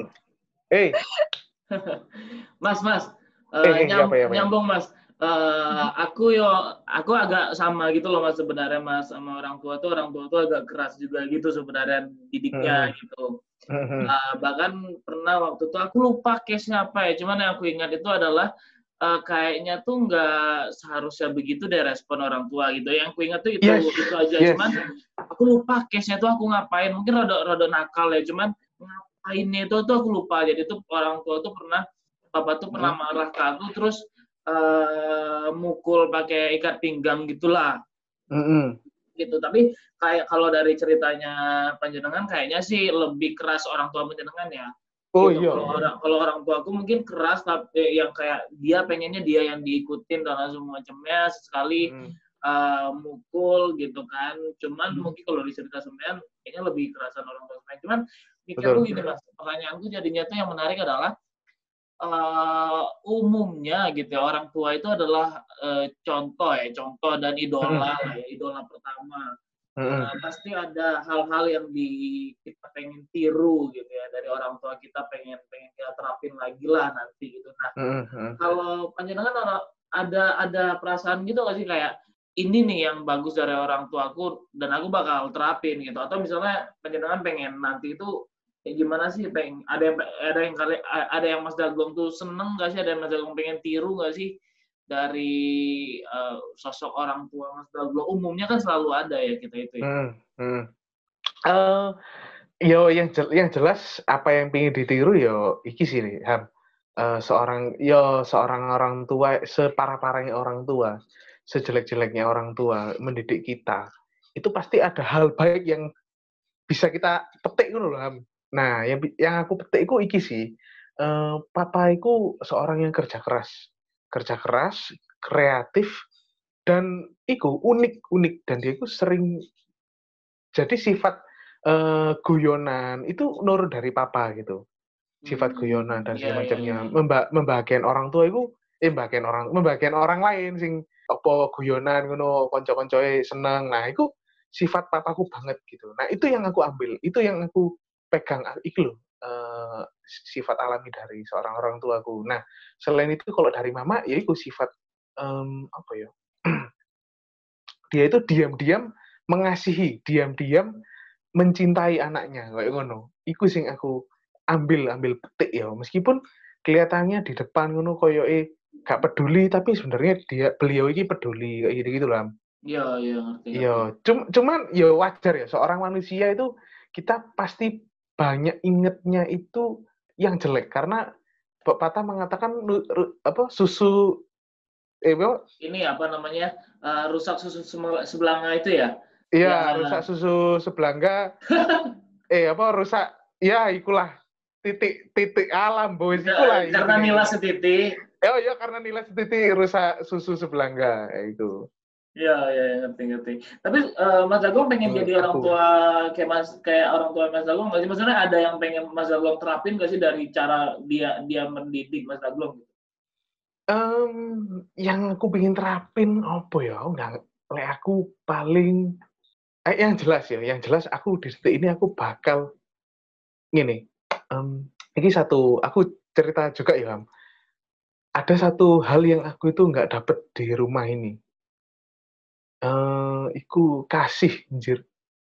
Mas, Apa? nyambung Mas. Aku agak sama gitu loh Mas sebenarnya Mas, sama orang tua tuh agak keras juga gitu sebenarnya didiknya gitu. Bahkan pernah waktu itu aku lupa case-nya apa ya, cuman yang aku ingat itu adalah kayaknya tuh nggak seharusnya begitu deh respon orang tua gitu. Yang aku ingat tuh itu aja. Cuman aku lupa case-nya tuh aku ngapain. Mungkin rada nakal ya. Cuman ngapainnya itu tuh aku lupa. Jadi tuh orang tua tuh papa tuh pernah marah ke aku terus mukul pakai ikat pinggang gitulah. Gitu. Tapi kayak kalau dari ceritanya panjenengan kayaknya sih lebih keras orang tua panjenengan ya. Oh gitu. iya. Kalau orang tua aku mungkin keras, tapi yang kayak dia pengennya dia yang diikutin dan semua macamnya, sekali mukul gitu kan. Cuman mungkin kalau dicerita sebenarnya kayaknya lebih kerasan orang tua sebenarnya. Cuman mikirku Betul. gini Mas, pertanyaanku jadinya tuh yang menarik adalah umumnya gitu ya, orang tua itu adalah contoh dan idola lah ya, idola pertama. Pasti ada hal-hal yang kita pengen tiru gitu ya, dari orang tua kita pengen kita terapin lagi lah nanti gitu. Nah, kalau panjenengan ada perasaan gitu nggak sih, kayak ini nih yang bagus dari orang tuaku dan aku bakal terapin gitu, atau misalnya panjenengan pengen nanti itu kayak gimana sih, ada yang Mas Daglong tuh seneng nggak sih, ada yang Mas Daglong pengen tiru nggak sih dari sosok orang tua Mas Daglong? Umumnya kan selalu ada ya kita itu ya. Yang jelas apa yang pengen ditiru yo iki sih Ham. Seorang orang tua, separah-parahnya orang tua, sejelek-jeleknya orang tua mendidik kita, itu pasti ada hal baik yang bisa kita petik ngono lho Ham. Nah, yang aku petik iku iki sih. Papa iku seorang yang kerja keras, kreatif, dan iku unik dan dia iku sering jadi sifat guyonan itu nurun dari papa gitu. Sifat guyonan dan semacamnya. Membahagiakan orang tua itu membahagiakan orang lain sing apa guyonan ngono, kanca-kancoe seneng. Nah, itu sifat papaku banget gitu. Nah, itu yang aku ambil, itu yang aku pegang iki lho. Sifat alami dari seorang orang tuaku. Nah, selain itu kalau dari mama ya itu sifat apa ya? Dia itu diam-diam mengasihi, diam-diam mencintai anaknya kayak ngono. Iku sing aku ambil petik ya, meskipun kelihatannya di depan ngono koyoke gak peduli, tapi sebenarnya beliau ini peduli kayak gitu lah. Iya, ngerti. Iya, cuman ya wajar ya, seorang manusia itu kita pasti banyak ingetnya itu yang jelek, karena pepatah mengatakan susu ini apa namanya, rusak susu sebelanga itu ya? Iya, rusak susu sebelanga. Rusak, ya ikulah titik alam boys ikulah. Karena nilai setitik. Iya, karena nilai setitik rusak susu sebelanga itu. Iya, ngerti. Tapi Mas Daglong pengen jadi orang tua kayak orang tua Mas Daglong nggak sih? Maksudnya ada yang pengen Mas Daglong terapin nggak sih dari cara dia mendidik Mas Daglong? Yang aku pengen terapin apa ya? Aku paling yang jelas aku di detik ini aku bakal gini. Ini aku cerita juga ya, Ham. Ada satu hal yang aku itu nggak dapet di rumah ini. Iku kasih, anjir.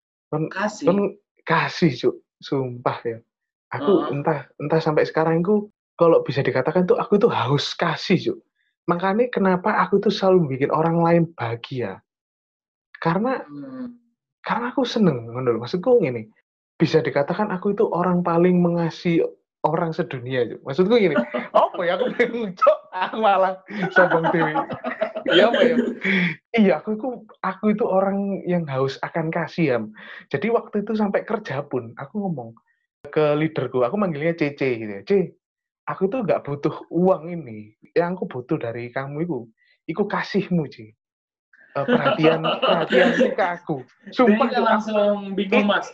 Kasih, Cuk. Sumpah ya. Aku entah sampai sekarang itu kalau bisa dikatakan tuh aku itu haus kasih, Cuk. Makanya kenapa aku tuh selalu bikin orang lain bahagia. Karena aku seneng, menurut maksudku gini. Bisa dikatakan aku itu orang paling mengasihi orang sedunia. Cuk. Maksudku gini, apa ya aku bingung, Cuk. Aku malah sombong dewi. Iya apa ya? Iya, aku itu orang yang haus akan kasih ya. Jadi waktu itu sampai kerja pun aku ngomong ke leaderku, aku manggilnya Cece gitu ya. Aku tuh nggak butuh uang ini. Yang aku butuh dari kamu itu kasihmu, Ci. Perhatian ke aku. Sumpah Dia langsung bingung, Mas.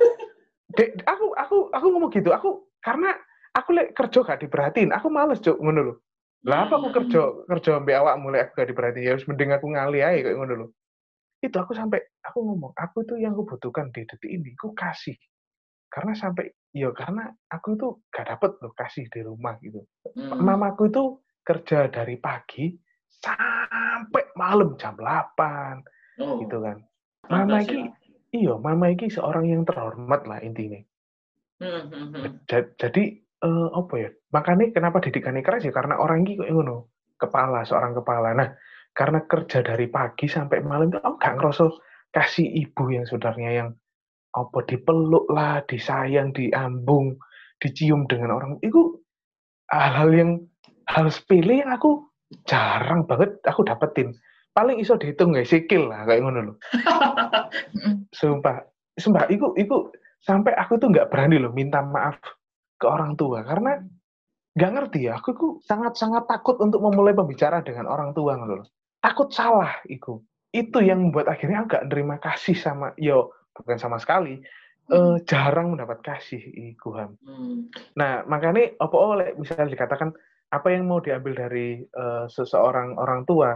Aku ngomong gitu. Karena aku kerja gak diperhatiin. Aku males, Cuk, ngono lho. Lah apa aku kerja mbek awak mulai aku gak diperhatiin, ya mending aku ngali ae kayak ngono lho. Itu aku ngomong, aku tuh yang aku butuhkan di detik ini, aku kasih. Karena karena aku itu gak dapet loh kasih di rumah gitu. Mamaku itu kerja dari pagi sampai malam jam 8 gitu kan. Mama iki seorang yang terhormat lah intinya. Jadi apa ya? Makanya kenapa didikannya keras ya karena orang ini kayak ngono, seorang kepala. Nah, karena kerja dari pagi sampai malam itu aku gak ngerasa kasih ibu yang sebenarnya yang apa dipeluk lah, disayang, diambung, dicium dengan orang. Itu hal sepele yang aku jarang banget aku dapetin. Paling iso dihitung guys, sikil lah kayak ngono loh. Sumpah, iku sampai aku tuh nggak berani loh minta maaf ke orang tua karena nggak ngerti ya, aku sangat-sangat takut untuk memulai pembicaraan dengan orang tua loh. Takut salah itu yang membuat akhirnya aku nggak nerima kasih sama bukan sama sekali jarang mendapat kasih iku Ham. Nah makanya oleh misalnya dikatakan apa yang mau diambil dari seseorang orang tua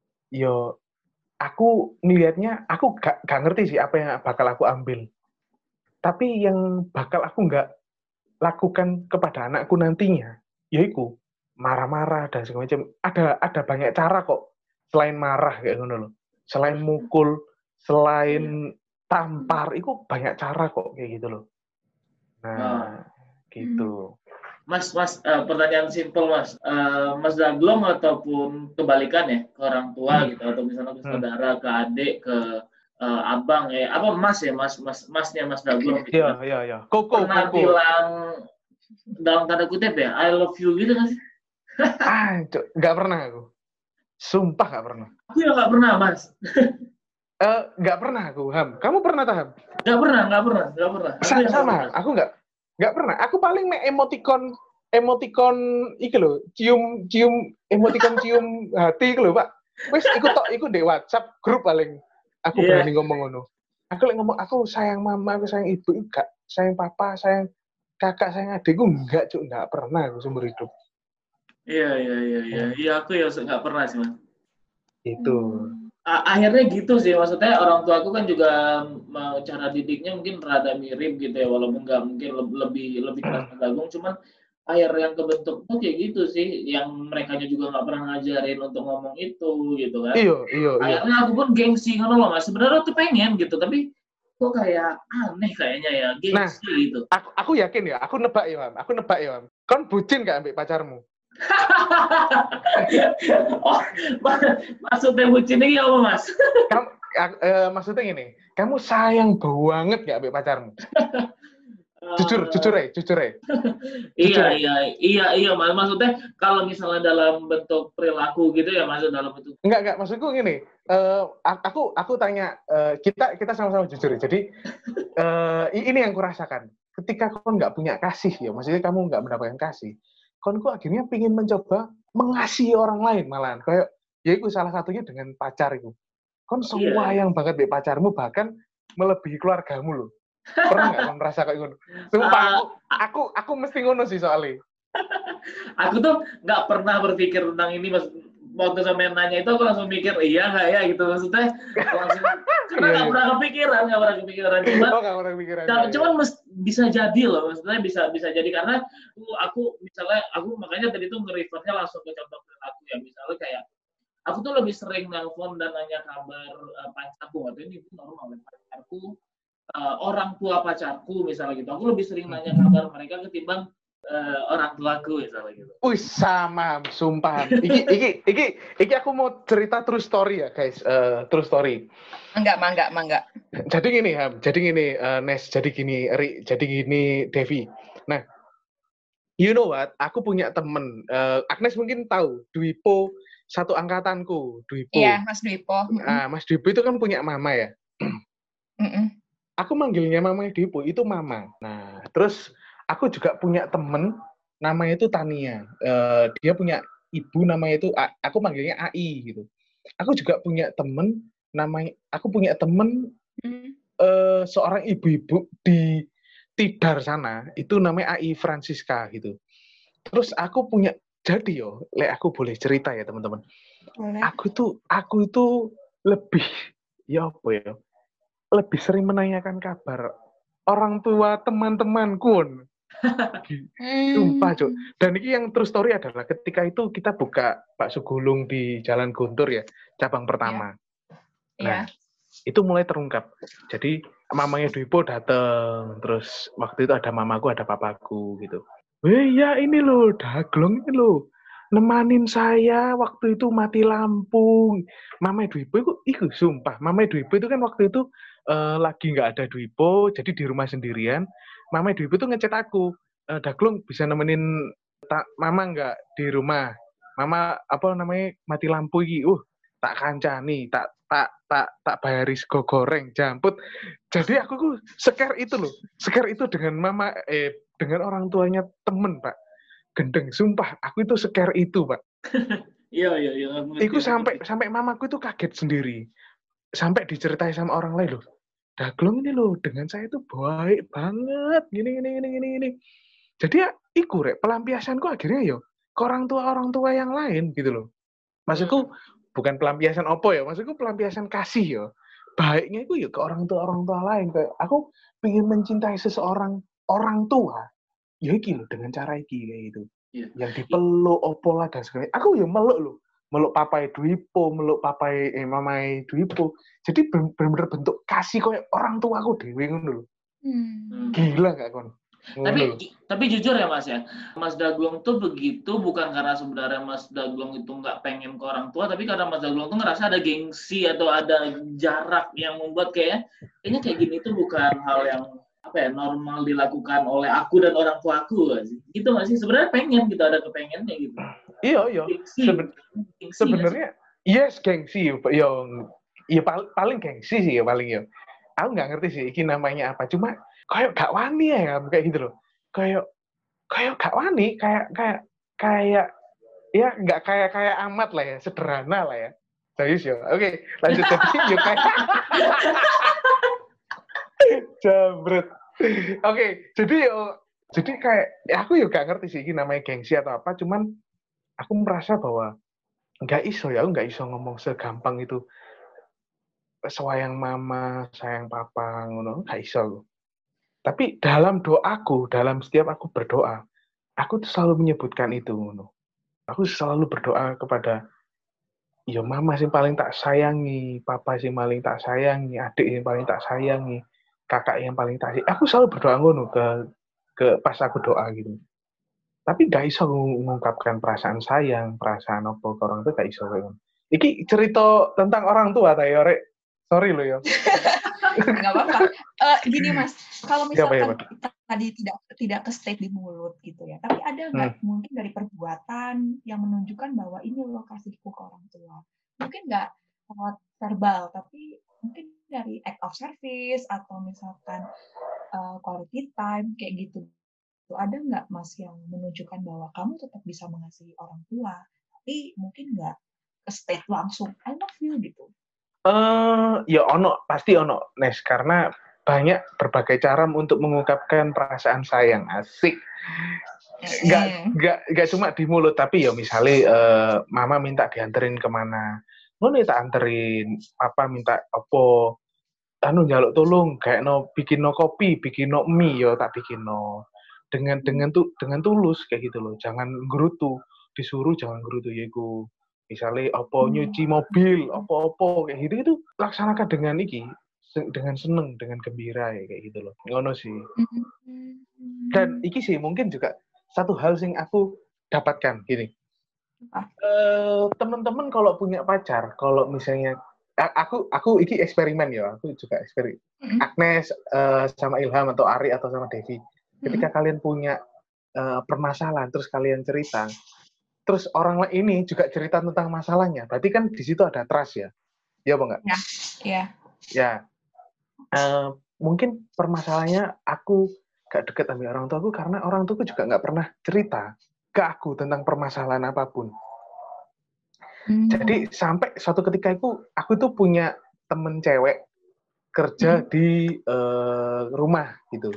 aku ngelihatnya aku gak ngerti sih apa yang bakal aku ambil, tapi yang bakal aku nggak lakukan kepada anakku nantinya yaitu marah-marah dan segala macam. Ada banyak cara kok selain marah kayak ngono loh, selain mukul, selain tampar, itu banyak cara kok kayak gitu loh. Nah gitu. Mas, pertanyaan simpel Mas. Mas Daglong ataupun kebalikan ya ke orang tua gitu atau misalnya ke saudara, ke adik, ke abang apa Mas ya, masnya Mas Daglong gitu. Iya. Koko. Bilang dalam tanda kutip ya, I love you gitu kan sih? Nggak pernah aku. Sumpah nggak pernah. Aku ya nggak pernah Mas. Nggak pernah aku, Ham. Kamu pernah Ham? Nggak pernah. Sama, aku nggak pernah. Aku paling emoticon iki lho, cium emoticon cium hati iki lho, Pak. Wis ikut di WhatsApp grup paling. Aku berani ngomong ngono. Aku lagi ngomong aku sayang mama, aku sayang ibu, enggak. Sayang papa, sayang kakak, sayang adikku enggak pernah aku seumur hidup. Iya, aku ya nggak pernah sih Mas. Itu. Akhirnya gitu sih, maksudnya orang tua aku kan juga cara didiknya mungkin rada mirip gitu ya, walaupun nggak mungkin lebih keras Daglong, cuman akhir yang kebentuk tuh kayak gitu sih, yang mereka juga nggak pernah ngajarin untuk ngomong itu gitu kan. Iya. Akhirnya aku pun gengsi ngono loh Mas, sebenarnya tuh pengen gitu, tapi kok kayak aneh kayaknya ya, gengsi gitu. Aku yakin ya, aku nebak ya, Ham. Kon bucin gak ambil pacarmu? Maksudnya bucin ini apa Mas? Maksudnya gini, kamu sayang banget gak ambil pacarmu? Jujur ya. Iya, maksudnya kalau misalnya dalam bentuk perilaku gitu ya, maksud dalam bentuk. Enggak, maksudku gini, aku tanya, kita sama-sama jujur ya. Jadi ini yang kurasakan. Ketika kau nggak punya kasih ya, maksudnya kamu nggak mendapatkan kasih, kau akhirnya pingin mencoba mengasihi orang lain malahan. Kayak, ya itu salah satunya dengan pacar itu. Kau sayang banget be pacarmu, bahkan melebihi keluargamu loh. Pernah nggak kau merasa kayak gitu? Sumpah, aku mesti ngono sih soalnya. Aku tuh nggak pernah berpikir tentang ini Mas. Waktu sama nanya itu aku langsung mikir iya nggak ya gitu, maksudnya langsung karena nggak pernah kepikiran cuman bisa jadi loh, maksudnya bisa jadi karena aku makanya tadi tuh nge-refernya langsung ke contoh perilaku ya, misalnya kayak aku tuh lebih sering nelpon dan nanya kabar pacarku, atau ini normal pacarku, orang tua pacarku misalnya gitu, aku lebih sering nanya kabar mereka ketimbang orang tuaku misalnya gitu. Wih, sama, sumpah. Iki aku mau cerita true story ya, guys. True story. Enggak. Jadi gini, Ham. Nes. Jadi gini, Devi. Nah, you know what? Aku punya temen. Agnes mungkin tahu. Dwipo, satu angkatanku. Dwipo. Iya, Mas Dwipo. Mas Dwipo itu kan punya mama ya. Aku manggilnya mamanya Dwipo, itu mama. Nah, terus aku juga punya temen namanya itu Tania. Dia punya ibu namanya itu aku manggilnya AI gitu. Aku juga punya temen seorang ibu-ibu di Tidar sana itu namanya AI Francisca gitu. Terus aku punya aku boleh cerita ya teman-teman. Aku itu lebih lebih sering menanyakan kabar orang tua teman-temanku. Sumpah, Cuk. Dan ini yang true story adalah ketika itu kita buka bakso gulung di Jalan Guntur ya, cabang pertama. Nah, itu mulai terungkap. Jadi mamanya Dwipo datang, terus waktu itu ada mamaku, ada papaku gitu. Ya ini loh, Daglong ini loh. Nemanin saya waktu itu mati lampu. Mama Dwipo itu sumpah. Mama Dwipo itu kan waktu itu lagi nggak ada Dwipo, jadi di rumah sendirian. Mama Dwipo itu ngechat aku, Daglong bisa nemenin Mama nggak di rumah? Mama mati lampu iki. Tak kancani, tak bayari sego goreng, jamput. Jadi aku scare itu loh. Scare itu dengan dengan orang tuanya temen, Pak. Gendeng, sumpah, aku itu scare itu, Pak. Iya. Iku sampai mamaku itu kaget sendiri. Sampai diceritain sama orang lain loh. Daglong ini loh, dengan saya itu baik banget, gini. Jadi ya, iku rek, pelampiasanku akhirnya yo ke orang tua yang lain gitu loh. Maksudku bukan pelampiasan opo ya, maksudku pelampiasan kasih yo. Baiknya itu ya ke orang tua lain. Kayak aku pengen mencintai seseorang orang tua, ya iki loh dengan cara iki kayak gitu. Iya. Yang dipeluk opo lah dan segala. Aku ya meluk loh. Meluk papai Dwipo, meluk papai mamai Dwipo. Jadi bener-bener bentuk kasih kayak orang tua aku dhewe ngono lho. Gila gak kon? Tapi jujur ya Mas ya, Mas Daglong tuh begitu bukan karena sebenarnya Mas Daglong itu nggak pengen ke orang tua, tapi karena Mas Daglong tuh ngerasa ada gengsi atau ada jarak yang membuat kayaknya kayak gini tuh bukan hal yang normal dilakukan oleh aku dan orang tua aku gitu nggak sih? Sebenarnya pengen gitu, ada kepengennya gitu. Iya. Sebenarnya yes gengsi yo paling gengsi sih ya paling yo. Aku nggak ngerti sih ini namanya apa, cuma kayak gak wani ya kayak gitu loh. Kayak gak wani, kayak ya nggak kayak amat lah ya, sederhana lah ya. Serius ya. Oke, lanjut tadi yo kayak jambret. Oke, jadi kayak aku juga gak ngerti sih ini namanya gengsi atau apa, cuman aku merasa bahwa nggak iso ngomong segampang itu sayang mama, sayang papa, ngono nggak iso. Tapi dalam doaku, dalam setiap aku berdoa, aku tuh selalu menyebutkan itu, ngono. Aku selalu berdoa kepada ya mama sih paling tak sayangi, papa sih paling tak sayangi, adik yang paling tak sayangi, kakak yang paling tak sayangi. Aku selalu berdoa ngono ke pas aku doa gitu. Tapi gak iso mengungkapkan perasaan sayang, perasaan apa ke orang tua gak iso. Iki cerita tentang orang tua ta ya, Rek. Sorry lo ya. Gak apa-apa. Gini Mas, kalau misalkan tadi tidak ke state di mulut gitu ya, tapi ada nggak mungkin dari perbuatan yang menunjukkan bahwa ini loh kasihku ke orang tua. Mungkin nggak lewat verbal, tapi mungkin dari act of service atau misalkan quality time kayak gitu. Ada nggak Mas yang menunjukkan bahwa kamu tetap bisa mengasihi orang tua, tapi mungkin nggak ke state langsung I love you gitu? Ya pasti ono Nes, karena banyak berbagai cara untuk mengungkapkan perasaan sayang. Asik. Gak cuma di mulut, tapi ya misalnya mama minta dianterin kemana, ngono tak anterin, papa minta opo, njaluk tolong kayak bikin kopi, bikin mie yo tak bikin dengan tulus kayak gitu loh. Jangan gerutu, disuruh jangan gerutu yaiku. Misalnya opo nyuci mobil, opo kayak gitu itu laksanakan dengan dengan seneng, dengan gembira ya kayak gitu loh. Ngono sih. Dan iki sih mungkin juga satu hal sing aku dapatkan gini. Teman-teman kalau punya pacar, kalau misalnya aku iki eksperimen ya, aku juga eksperimen. Agnes sama Ilham atau Ari atau sama Devi. Ketika kalian punya permasalahan, terus kalian cerita, terus orang lain ini juga cerita tentang masalahnya, berarti kan di situ ada trust ya, ya apa enggak? Ya. Mungkin permasalahannya aku gak deket sama orang tuaku karena orang tuaku juga nggak pernah cerita ke aku tentang permasalahan apapun. Jadi sampai suatu ketika aku tuh punya temen cewek kerja di rumah gitu.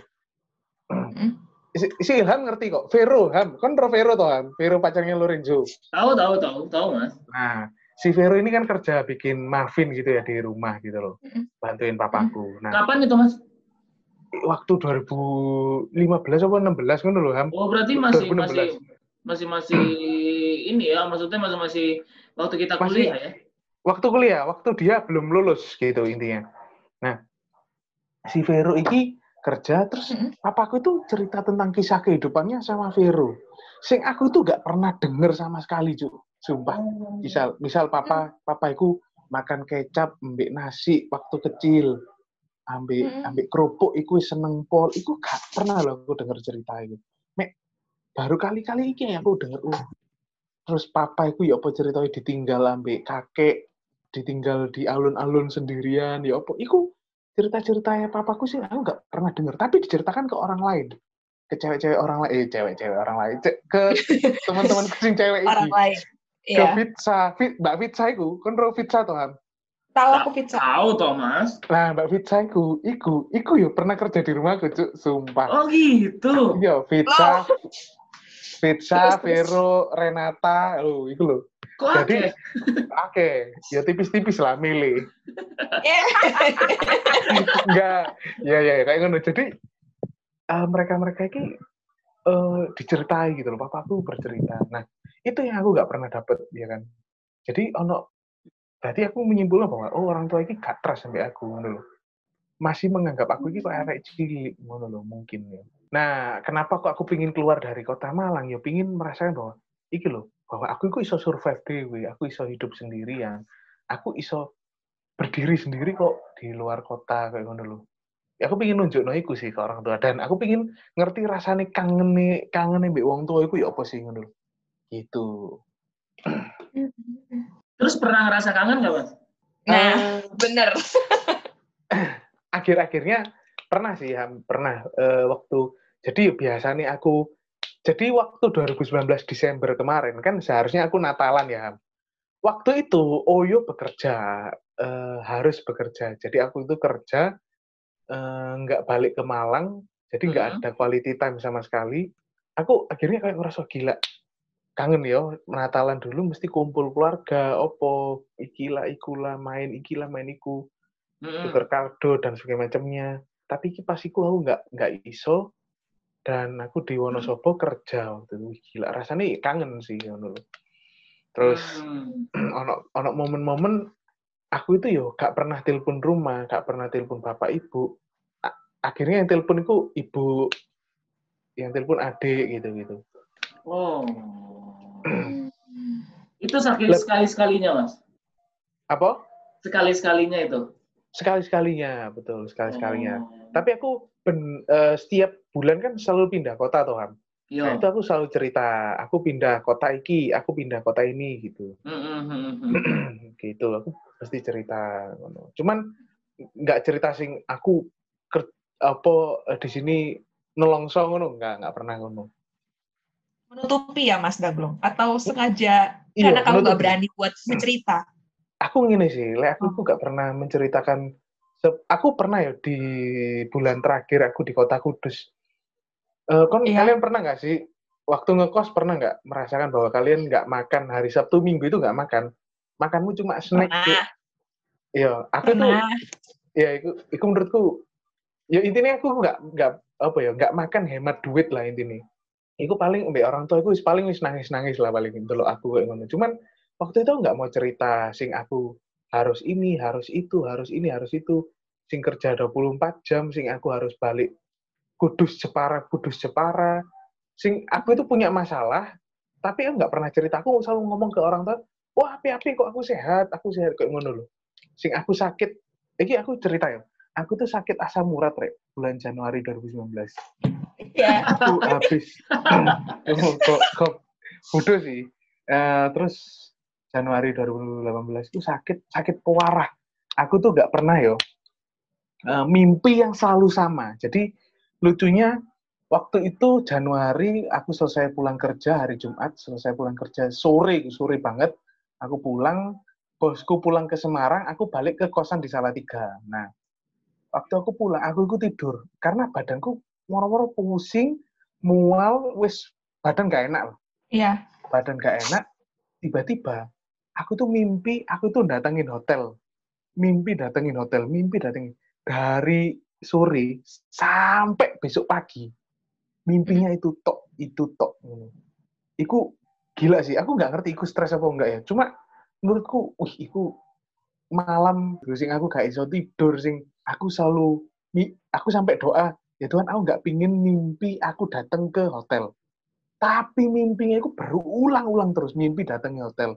Si Ilham ngerti kok, Vero, kan Vero toh Vero pacarnya Lorenzo. Tahu Mas. Nah, si Vero ini kan kerja bikin muffin gitu ya di rumah gitu loh, bantuin papaku. Nah, kapan itu Mas? Waktu 2015 atau 16 kan dulu Ham. Oh berarti masih ini ya, maksudnya masih waktu kita kuliah ya? Waktu kuliah, waktu dia belum lulus gitu intinya. Nah, si Vero ini kerja, terus papaku itu cerita tentang kisah kehidupannya sama Vero. Sing aku itu gak pernah denger sama sekali, sumpah. Misal papaku makan kecap, ambek nasi waktu kecil, ambek kerupuk, iku seneng pol, iku gak pernah loh aku denger cerita itu. Baru kali-kali ini aku denger, terus papaku ya apa ceritanya ditinggal ambek kakek, ditinggal di alun-alun sendirian, ya apa, iku cerita-ceritanya papaku sih aku nggak pernah dengar, tapi diceritakan ke orang lain. ke cewek-cewek orang lain, cewek-cewek orang lain, ke teman-teman sing cewek Orang iki. lain. Ke Iya. Mbak Fitsa iku, kan ro Fitsa toh, Han? Tahu aku pizza. Tahu Thomas. Nah, Mbak Fitsa iku yo pernah kerja di rumahku, Cuk, sumpah. Oh gitu. Iya, Loh. Fitsa, Terus. Vero, Renata, iku lho. Kok Jadi, oke? ya tipis-tipis lah milih. Iya. Enggak, ya kayak ngono. Jadi mereka ini diceritai gitu loh, papaku bercerita. Nah, itu yang aku nggak pernah dapet, ya kan. Jadi berarti aku menyimpulkan bahwa orang tua ini gak trust sampai aku, ngono loh. Masih menganggap aku ini kok arek cilik, ngono loh, mungkin ya. Nah, kenapa kok aku pingin keluar dari kota Malang? Ya pingin merasakan bahwa iki loh, bahwa aku itu iso survive dewe, aku iso hidup sendirian, aku iso berdiri sendiri kok di luar kota kayak ngono loh. Ya aku pingin nunjuk iku sih ke orang tua, dan aku pingin ngerti rasane kangen mbek wong tua iku ya apa sih ngono loh. Gitu. Terus pernah ngerasa kangen nggak, Mas? Nah, bener. Akhir-akhirnya pernah sih, pernah waktu. Jadi biasa nih aku, jadi waktu 2019 Desember kemarin kan seharusnya aku Natalan ya. Waktu itu Oyo bekerja, harus bekerja. Jadi aku itu kerja, nggak balik ke Malang, jadi nggak ada quality time sama sekali. Aku akhirnya kayak ngerasa gila, kangen ya, Natalan dulu mesti kumpul keluarga, opo, ikilah ikulah, main ikilah main iku, tuker kado dan sebagainya macamnya. Tapi pas iku aku nggak iso, dan aku di Wonosobo kerja waktu itu. Gila, rasanya kangen sih ngono. Terus ono momen-momen aku itu yo gak pernah telepon rumah, gak pernah telepon bapak ibu. Akhirnya yang telepon itu ibu, yang telepon adik gitu. Oh. Itu sekali-sekalinya, Mas? Apa? Sekali-sekalinya itu? Sekali-sekalinya, betul, sekali-sekalinya. Oh. Tapi aku setiap bulan kan selalu pindah kota toh, Ham. Nah, itu aku selalu cerita, aku pindah kota iki, aku pindah kota ini gitu. Gitu, aku pasti cerita. Cuman nggak cerita sing aku di sini nelongso ngono, nggak pernah ngono. Menutupi ya Mas Daglong? Atau sengaja Iya, karena kamu nggak menutupi. berani buat cerita? Aku ngene sih, aku nggak pernah menceritakan. Aku pernah ya di bulan terakhir aku di kota Kudus. Kalian pernah nggak sih waktu ngekos, pernah nggak merasakan bahwa kalian nggak makan hari Sabtu Minggu itu, nggak makan, makanmu cuma snack? Iya, aku tuh ya itu menurutku ya intinya aku nggak makan hemat duit lah intinya. Iku paling mbak orang tua aku paling nangis lah paling itu loh aku kayak ngono. Cuman waktu itu nggak mau cerita sing aku harus ini, harus itu, harus ini, harus itu. Sing kerja 24 jam, sing aku harus balik Kudus Jepara. Sing aku itu punya masalah, tapi aku nggak pernah cerita. Aku selalu ngomong ke orang tua, wah api-api kok aku sehat kayak ngono loh. Sing aku sakit, iki aku cerita ya. Aku tuh sakit asam urat bulan Januari 2019. Iya. Aku habis kok bodoh sih. Terus Januari 2018 itu sakit parah. Aku tuh nggak pernah mimpi yang selalu sama. Jadi lucunya waktu itu Januari aku selesai pulang kerja hari Jumat, selesai pulang kerja sore banget. Aku pulang, bosku pulang ke Semarang, aku balik ke kosan di Salatiga. Nah, waktu aku pulang, aku tidur karena badanku moro-moro pusing, mual, badan gak enak loh. Iya. Badan gak enak, tiba-tiba aku tuh mimpi, aku tuh datengin hotel. Mimpi datengin dari sore sampai besok pagi. Mimpinya itu tok. Iku gila sih, aku nggak ngerti iku stres apa enggak ya. Cuma menurutku, iku malam sing aku gak iso tidur, sing aku sampai doa, ya Tuhan, aku nggak pingin mimpi aku datang ke hotel. Tapi mimpinya itu berulang-ulang terus, mimpi datangi hotel.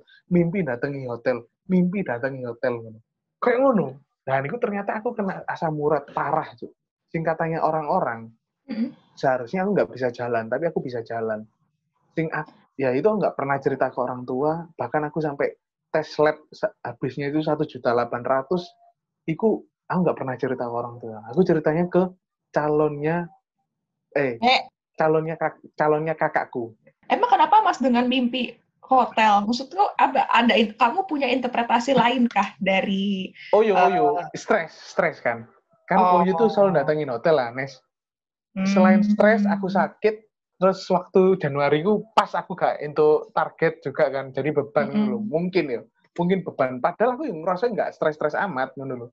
Kayak ngono. Dan itu ternyata aku kena asam urat parah, Cuk. Singkatannya orang-orang, seharusnya aku nggak bisa jalan, tapi aku bisa jalan. Ya itu nggak pernah cerita ke orang tua, bahkan aku sampai tes lab habisnya itu 1.800.000, itu aku nggak pernah cerita ke orang tua. Aku ceritanya ke calonnya, calonnya kakakku. Emang kenapa Mas dengan mimpi hotel? Maksudku kamu punya interpretasi lain kah dari Oyo, stres kan. Kan Oyo tuh selalu datengin hotel lah, Nes. Selain stres, aku sakit. Terus waktu Januari ku pas aku gak untuk target juga kan. Jadi beban loh. Mungkin beban. Padahal aku yang ngerasa nggak stres-stres amat ngono lho.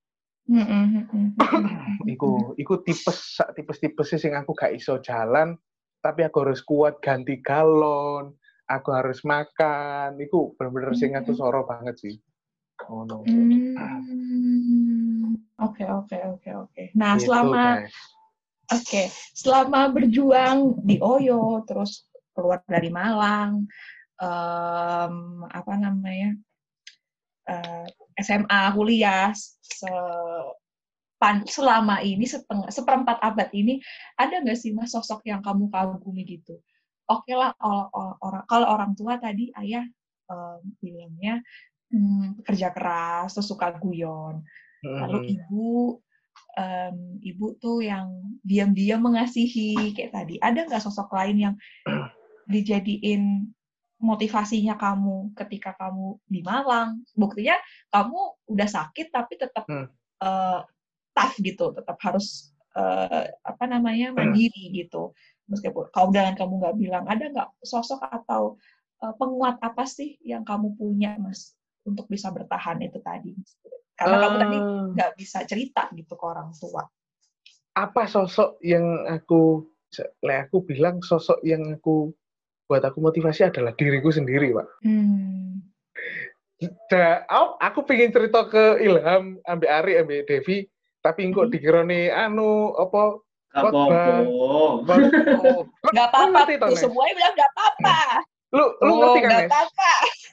Iku tipes sing aku gak iso jalan, tapi aku harus kuat ganti galon, aku harus makan. Iku bener-bener sing aku soro banget sih. Oh no. Oke. Nah, gitu, selama berjuang di Oyo, terus keluar dari Malang, SMA, kuliah, selama ini seperempat abad ini, ada nggak sih Mas sosok yang kamu kagumi gitu? Oke lah, kalau orang tua tadi ayah bilangnya kerja keras, terus suka guyon. Lalu ibu tuh yang diam-diam mengasihi kayak tadi. Ada nggak sosok lain yang dijadiin motivasinya kamu ketika kamu di Malang? Buktinya kamu udah sakit tapi tetap tough gitu, tetap harus mandiri gitu. Meskipun kamu nggak bilang, ada nggak sosok atau penguat apa sih yang kamu punya, Mas, untuk bisa bertahan itu tadi? Karena kamu tadi nggak bisa cerita gitu ke orang tua. Apa sosok yang aku bilang sosok yang buat aku motivasi adalah diriku sendiri, Pak. Aku pengen cerita ke Ilham, ambil Ari, ambil Devi, tapi kok dikirone apa? Nggak apa-apa, tuh semuanya bilang nggak apa-apa. Lu ngerti kan, Nes? Nggak apa-apa.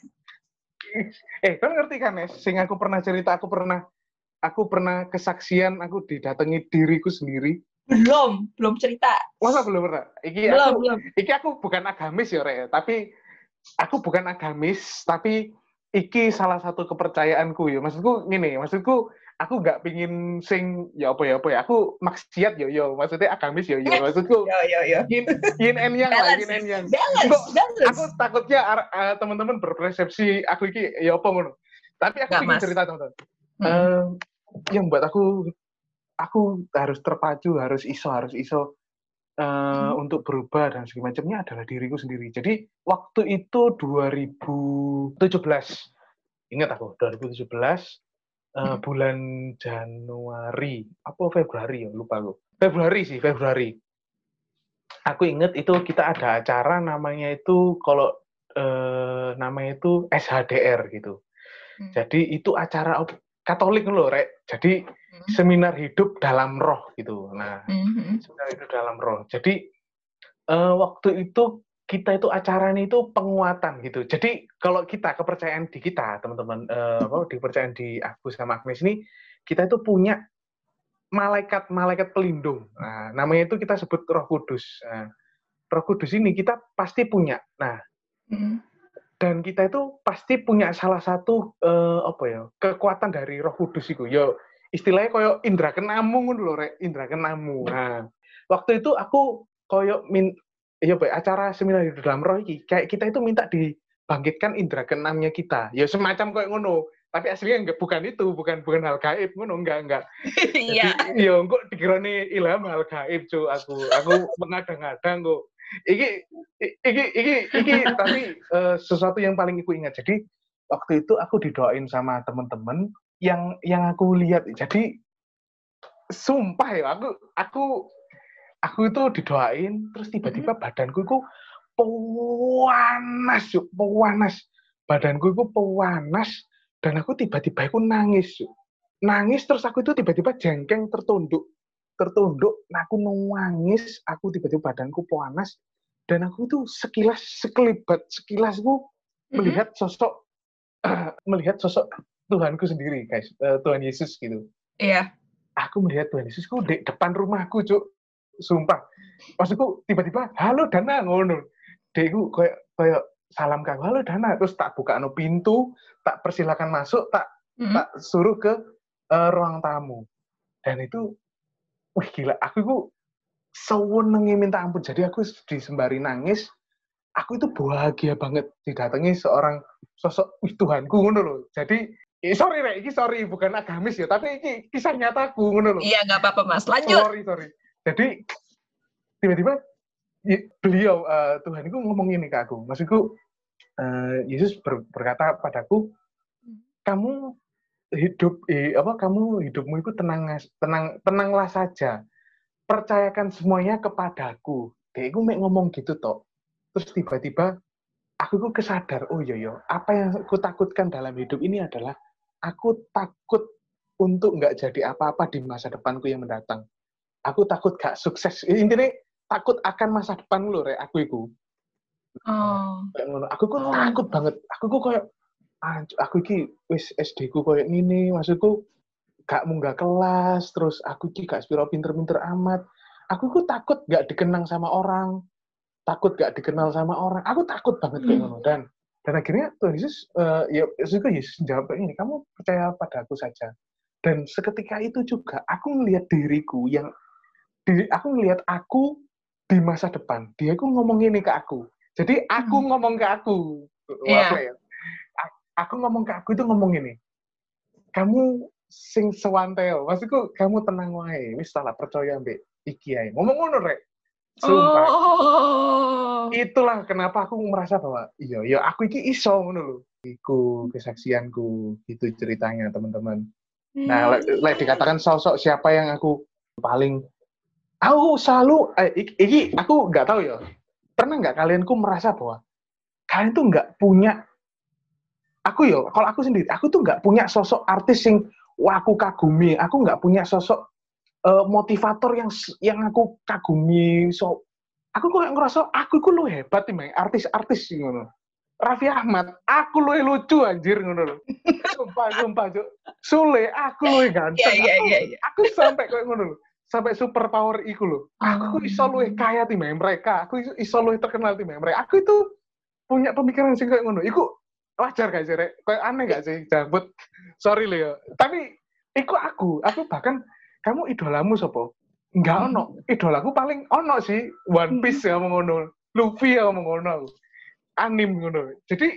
Kan ngerti kan, Nes? Sing aku pernah cerita, aku pernah kesaksian, aku didatangi diriku sendiri. Belum cerita. Masa belum pernah? Iki aku bukan agamis ya, Rek, tapi aku bukan agamis, tapi iki salah satu kepercayaanku ya. Maksudku aku nggak pingin sing ya apa ya. Aku maksiat yo. Maksudnya agamis yo. Maksudku yin and yang lah, yin and yang. Balance. Aku takutnya teman-teman berpersepsi aku iki ya apa ngono. Tapi aku pengen cerita teman-teman. Yang buat aku harus terpacu, harus iso untuk berubah dan segala macamnya adalah diriku sendiri. Jadi waktu itu 2017, ingat aku 2017 bulan Januari apa Februari ya, lupa aku. Februari. Aku ingat itu kita ada acara namanya itu namanya itu SHDR gitu. Jadi itu acara Katolik loh, Rek. Jadi seminar hidup dalam roh gitu. Nah, seminar hidup dalam roh. Jadi waktu itu kita itu acaranya itu penguatan gitu. Jadi kalau kita kepercayaan di kita, teman-teman, kepercayaan di aku sama Agnes ini, kita itu punya malaikat pelindung. Nah, namanya itu kita sebut Roh Kudus. Nah, Roh Kudus ini kita pasti punya. Nah, dan kita itu pasti punya salah satu kekuatan dari Roh Kudus itu. Yo istilahnya koyo indra kenamu ngono lho, Rek, indra kenamu. Nah, waktu itu aku koyo acara seminar hidup dalam roh iki, kayak kita itu minta dibangkitkan indra keenamnya kita. Ya semacam koyo ngono. Tapi aslinya bukan hal gaib ngono, enggak. Iya. Yo kok dikirane Ilham hal gaib, Cuk. Aku mengadang-adang kok. Iki tapi sesuatu yang paling aku ingat. Jadi waktu itu aku didoain sama teman-teman yang aku lihat. Jadi sumpah ya, aku itu didoain terus tiba-tiba badanku itu pewanas. Badanku itu pewanas dan aku tiba-tiba aku nangis terus aku itu tiba-tiba jengkeng tertunduk. Nah aku nangis, aku tiba-tiba badanku panas dan aku itu sekelibat aku melihat sosok Tuhanku sendiri, guys, Tuhan Yesus gitu. Iya. Aku melihat Tuhan Yesusku di depan rumahku, Cuk. Sumpah. Maksudku tiba-tiba, halo Dana, ngono. Dekku kayak salam kak, halo Dana. Terus tak buka pintu, tak persilakan masuk, tak suruh ke ruang tamu. Dan itu, wih gila, aku sewenenge minta ampun. Jadi aku disembari nangis, aku itu bahagia banget didatangi seorang sosok Tuhanku ngono lho. Jadi sorry Rek, sorry bukan agamis ya, tapi ini kisah nyataku ngono lho. Iya, nggak apa-apa Mas. Lanjut. Sorry. Jadi tiba-tiba beliau Tuhan itu ngomong ini ke aku. Maksudku Yesus berkata padaku, kamu hidupmu itu tenanglah saja. Percayakan semuanya kepadaku. Dia itu ngomong gitu toh. Terus tiba-tiba aku itu kesadar, oh iya, apa yang aku takutkan dalam hidup ini adalah aku takut untuk nggak jadi apa-apa di masa depanku yang mendatang. Aku takut gak sukses. Intinya takut akan masa depan lho, Rek, aku itu. Aku kok takut banget. Aku kok kayak aku iki wis SD ku koyo ngene, maksudku gak munggah kelas, terus aku iki gak spiro pinter-pinter amat. Aku ku takut gak dikenang sama orang, takut gak dikenal sama orang. Aku takut banget kayak ngono. Dan akhirnya Tuhan Yesus Yesus jawab ini, kamu percaya pada aku saja. Dan seketika itu juga aku ngelihat diriku aku ngelihat aku di masa depan. Dia ku ngomong ini ke aku. Jadi aku ngomong ke aku. Iya. Aku ngomong ke aku itu ngomong ini. Kamu sing sewanteo. Maksudku kamu tenang wae. Wis salah percaya mbek iki ae. Ngomong ngono Rek. Sumpah. Itulah kenapa aku merasa bahwa iya aku iki iso ngono lho. Iku kesaksianku, itu ceritanya teman-teman. Nah, lek dikatakan sosok siapa yang aku paling aku selalu iki aku nggak tahu ya. Pernah nggak kalianku merasa bahwa kalian tuh nggak punya kalau aku sendiri, aku tuh nggak punya sosok artis yang aku kagumi. Aku nggak punya sosok motivator yang aku kagumi. So, aku kok ngerasa aku itu lu hebat nih, artis-artis ngono. Raffi Ahmad, aku lu lucu anjir ngono lho. Sumpah Cuk. Sule, aku lu ganteng. Iya. Aku sampai kayak ngono lho. Sampai super power iku lho. Aku iso lu kaya timbang mereka. Aku iso lu terkenal timbang mereka. Aku itu punya pemikiran sing kayak ngono. Iku wajar gak sih, Rek? Kayak aneh gak sih, jambut? Sorry lho ya. Tapi, iku aku bahkan, kamu idolamu sopo? Enggak ono. Idolaku paling ono sih, One Piece ya ngomong ngono. Luffy ya ngomong ngono. Anim ngono. Jadi,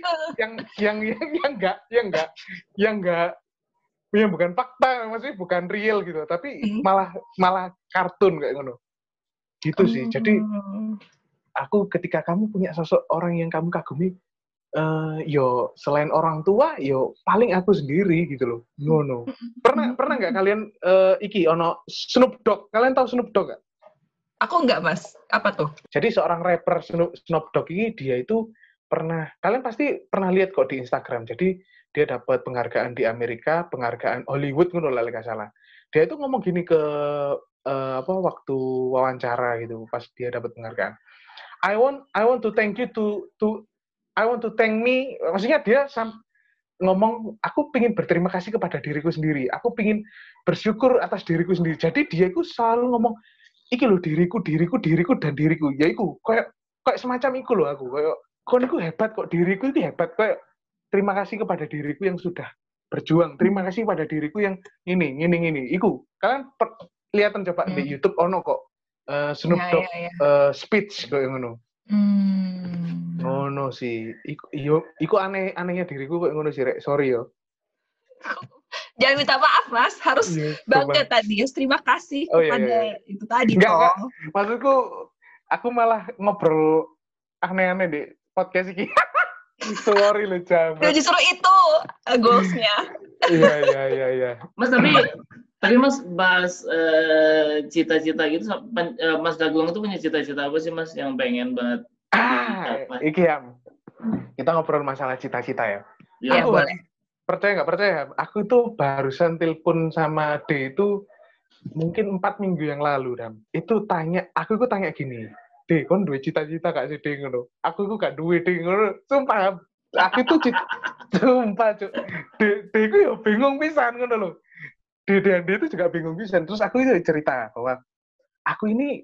yang bukan fakta, maksudnya bukan real gitu. Tapi, malah kartun kayak ngono. Gitu sih. Jadi, aku ketika kamu punya sosok orang yang kamu kagumi, selain orang tua, paling aku sendiri gitu loh. Ngono. Pernah nggak kalian ono Snoop Dogg? Kalian tahu Snoop Dogg nggak? Aku nggak, Mas. Apa tuh? Jadi seorang rapper Snoop Dogg ini dia itu kalian pasti pernah lihat kok di Instagram. Jadi dia dapat penghargaan di Amerika, penghargaan Hollywood ngono lah nggak salah. Dia itu ngomong gini ke waktu wawancara gitu pas dia dapat penghargaan. I want to thank you I want to thank me, maksudnya dia ngomong, aku pengen berterima kasih kepada diriku sendiri, aku pengen bersyukur atas diriku sendiri. Jadi dia itu selalu ngomong, iki loh diriku, dan diriku. Ya iku, kayak semacam iku loh aku, kayak, kok niku hebat, kok diriku itu hebat, kayak terima kasih kepada diriku yang sudah berjuang, terima kasih pada diriku yang ini. Iku, kalian kelihatan coba di YouTube, ono kok, Snoop Dogg speech, kayak ngono. Ngono sih, iku anehnya diriku kok ngono sih, Rek. Sorry yo. Jangan minta maaf, Mas. Harus bangga tadi. Terima kasih kepada itu tadi. Enggak. Maksudku, aku malah ngobrol aneh-aneh di podcast ini. Sorry lo, Jam. Justru itu goals-nya. Iya. Mas, tapi Mas bahas cita-cita gitu, Mas Daglong itu punya cita-cita apa sih, Mas, yang pengen banget? Iki ya. Kita ngobrol masalah cita-cita ya. Iya, boleh. Percaya nggak percaya? Aku tuh barusan telepon sama D itu mungkin 4 minggu yang lalu, Dam. Aku tanya gini, D, kon duwe cita-cita gak sih, D, ngono? Aku gak duwe, D, ngono. Sumpah, aku tuh sumpah, Cuk. D ku ya bingung pisan ngono lho. D itu juga bingung pisan. Terus aku itu cerita bahwa aku ini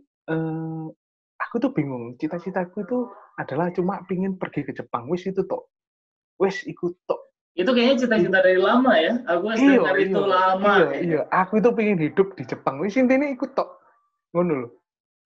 aku tuh bingung, cita-citaku itu adalah cuma pingin pergi ke Jepang, wis itu tok. Wis ikut tok. Itu kayaknya cita-cita dari lama ya. Aku dengar itu lama. Iya. Aku itu pingin hidup di Jepang, wis intine ikut tok. Ngono lho.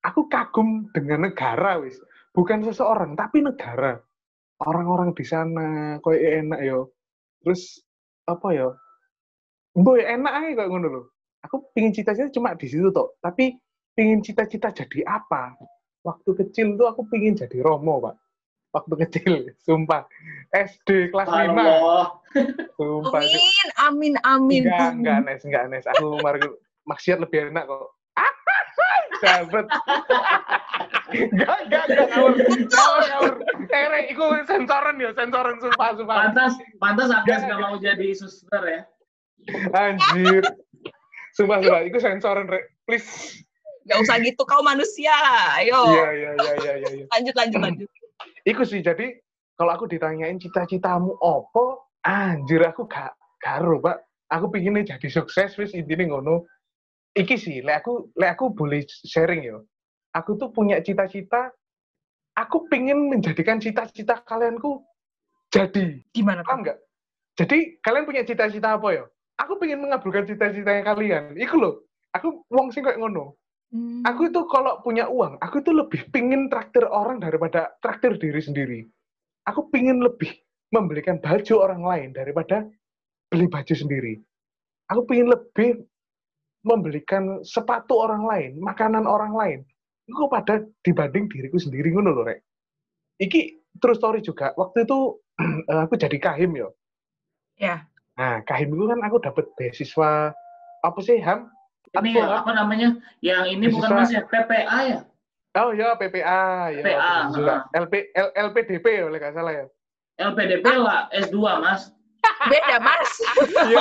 aku kagum dengan negara wis. Bukan seseorang, tapi negara. Orang-orang di sana koyo enak yo. Terus apa yo? Mbok enak aja kayak ngono loh. Aku pingin cita-cita cuma di situ toh. Tapi pingin cita-cita jadi apa? Waktu kecil tuh aku pingin jadi Romo, Pak. Waktu kecil, sumpah. SD kelas 5. Allah. Sumpah. Amin. Enggak, Nes. Aku maksiat lebih enak kok. Dapat. Enggak, ngawur. Iku sensoran sumpah. Pantas Agnes nggak mau jadi suster ya. Anjir. Sumpah. Iku sensoran, Rek. Please. Gak usah gitu, kau manusia. Ayo. Iya. Lanjut. Iku sih, jadi kalau aku ditanyain cita-citamu apa, anjir aku gak karo, Pak. Aku pinginnya jadi sukses, wis intinya ngono. Iki sih, lek aku boleh sharing yo. Aku tuh punya cita-cita, aku pingin menjadikan cita-cita kalianku jadi. Gimana Paham nggak? Jadi kalian punya cita-cita apa ya? Aku pingin mengabulkan cita-citanya kalian. Iku loh. Aku wong sing kayak ngono. Aku itu kalau punya uang, aku itu lebih pingin traktir orang daripada traktir diri sendiri. Aku pingin lebih membelikan baju orang lain daripada beli baju sendiri. Aku pingin lebih membelikan sepatu orang lain, makanan orang lain. Itu pada dibanding diriku sendiri ngono lho, Rek. Iki true story juga. Waktu itu aku jadi kahim yo. Ya. Nah, kahim itu kan aku dapat beasiswa apa sih, Ham? Ini ya, apa namanya? Yang ini bukan Mas ya, PPA ya? Oh ya, PPA. PPA. Ya, LPDP ya, oleh nggak salah ya. LPDP lah, S2 Mas. Beda, Mas. Iya.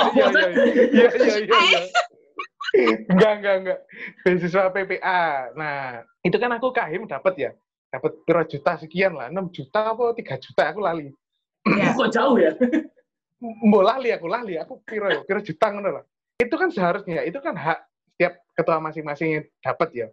Enggak. Beasiswa PPA. Nah, itu kan aku kahim dapat ya. Dapat berapa juta sekian lah, 6 juta apa 3 juta aku lali. Ya. Kok jauh ya? Mbok lali aku piro juta ngono lah. Itu kan seharusnya, itu kan hak setiap ketua masing-masing yang dapat ya.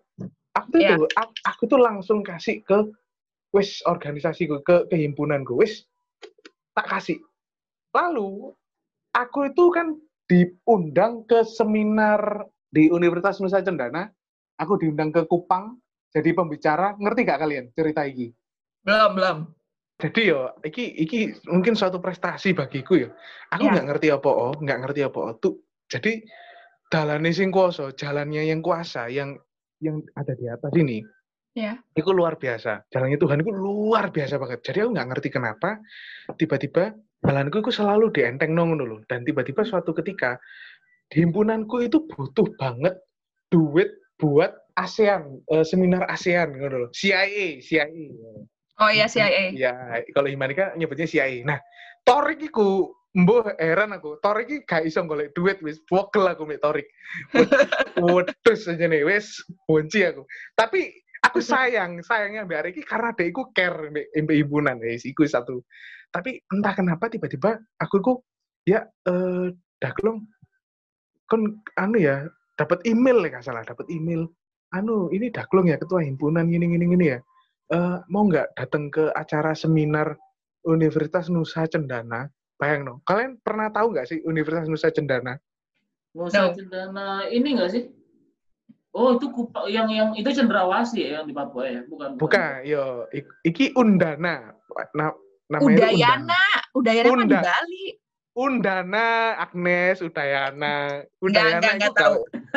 Aku tuh langsung kasih ke wis organisasiku, ke himpunanku, wis tak kasih. Lalu aku itu kan diundang ke seminar di Universitas Nusa Cendana. Aku diundang ke Kupang jadi pembicara. Ngerti gak kalian cerita iki? Belum. Jadi yo, iki mungkin suatu prestasi bagiku ya. Aku nggak ngerti apa tuh. Jadi dalane sing kuasa, jalannya yang kuasa, yang ada di atas ini. Ya. Itu luar biasa. Jalannya Tuhan itu luar biasa banget. Jadi aku nggak ngerti kenapa tiba-tiba jalanku itu selalu dienteng dulu. Dan tiba-tiba suatu ketika di himpunanku itu butuh banget duit buat ASEAN, seminar ASEAN gitu loh. CIA. Oh iya, CIA. Ya, kalau Himanika nyebutnya CIA. Nah, Torik iku mbok heran aku. Torik iki gak iso golek duit wis wogel aku mek Torik. Wedhus aja nih wis bonci aku. Tapi aku sayangnya mbak Arek iki karena adek iku care mbek himpunan wis iku satu. Tapi entah kenapa tiba-tiba aku iku ya Daglong kon ya dapat email ya enggak salah, dapat email. Ini Daglong ya ketua himpunan gini ya. Mau nggak datang ke acara seminar Universitas Nusa Cendana? Bayang no. Kalian pernah tahu nggak sih Universitas Nusa Cendana? Nusa Cendana ini nggak sih? Oh itu yang itu Cendrawasih ya yang di Papua ya, bukan. Yo, iki Undana. Namanya Udayana di Bali. Undana, Agnes, Udayana Nggak tahu.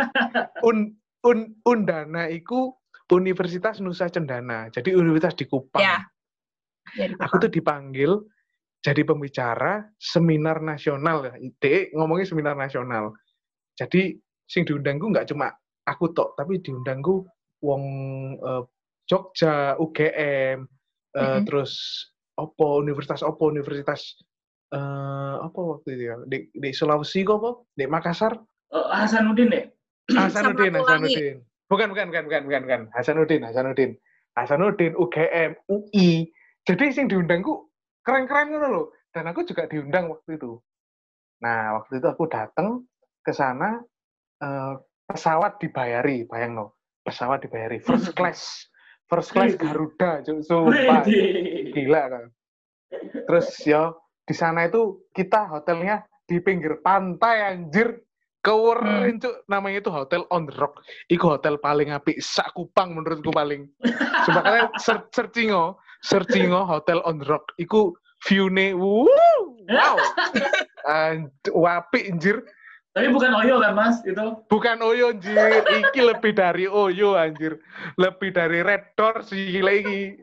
Undana iku Universitas Nusa Cendana, jadi universitas di Kupang. Ya, di Kupang. Aku tuh dipanggil jadi pembicara seminar nasional. Dek ngomongin seminar nasional. Jadi sing diundangku nggak cuma aku tok, tapi diundangku wong Jogja, UGM, terus universitas apa waktu itu ya? Di Sulawesi kok apa? Di Makassar? Hasanuddin ya? Hasanuddin. Bukan. Hasanuddin, UGM, UI. Jadi sing diundangku keren-keren gitu loh. Dan aku juga diundang waktu itu. Nah, waktu itu aku datang ke sana, pesawat dibayari, bayang no. Pesawat dibayari, first class Garuda, sumpah. Gila kan. Terus di sana itu kita hotelnya di pinggir pantai anjir. Keren cuk, namanya itu Hotel on the Rock. Iku hotel paling apik sak Kupang menurutku paling. Sebabnya searchingo Hotel on the Rock. Iku view-ne wow. Apik anjir. Tapi bukan Oyo kan Mas itu? Bukan Oyo anjir, iki lebih dari Oyo anjir. Lebih dari Red Door sih lagi.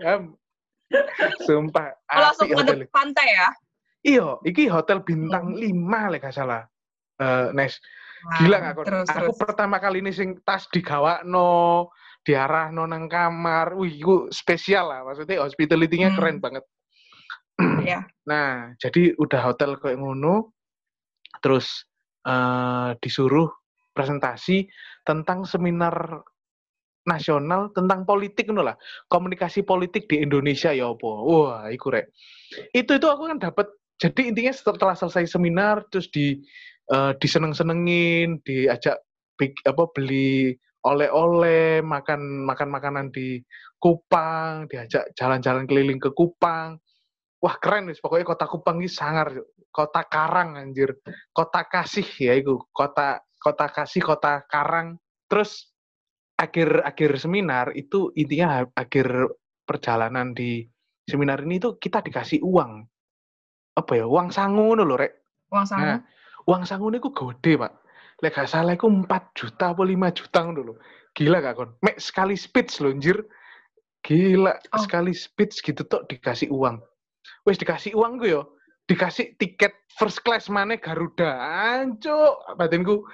Sumpah. Langsung ngadep pantai ya? Iya, iki hotel bintang 5 lek gak salah. Nes. Gila gak kon? Aku pertama kali ini sing tas digawakno, diarahno nang kamar. Wih, iku spesial lah. Maksudnya hospitality-nya keren banget. Iya. Nah, jadi udah hotel kayak ngono, terus disuruh presentasi tentang seminar nasional tentang politik ngono lah. Komunikasi politik di Indonesia ya apa. Wah, iku rek. Itu aku kan dapat. Jadi intinya setelah selesai seminar terus diseneng-senengin, diajak beli oleh-oleh, makan makanan di Kupang, diajak jalan-jalan keliling ke Kupang. Wah, keren wis, pokoknya kota Kupang ini sangar, kota karang anjir. Kota kasih ya itu, kota kasih, kota karang. Terus akhir seminar itu intinya akhir perjalanan di seminar ini tuh kita dikasih uang. Apa ya? Uang sangu ngono lho, Rek. Uang sangu. Nah, uang sangu niku gede, Pak. Lek gak salah iku 4 juta atau 5 juta ngono lho. Gila gak kon? Mek sekali speech lho, anjir. Gila, sekali speech gitu tok dikasih uang. Wes dikasih uang gue yo. Dikasih tiket first class maneh Garuda. Ancuk, batinku.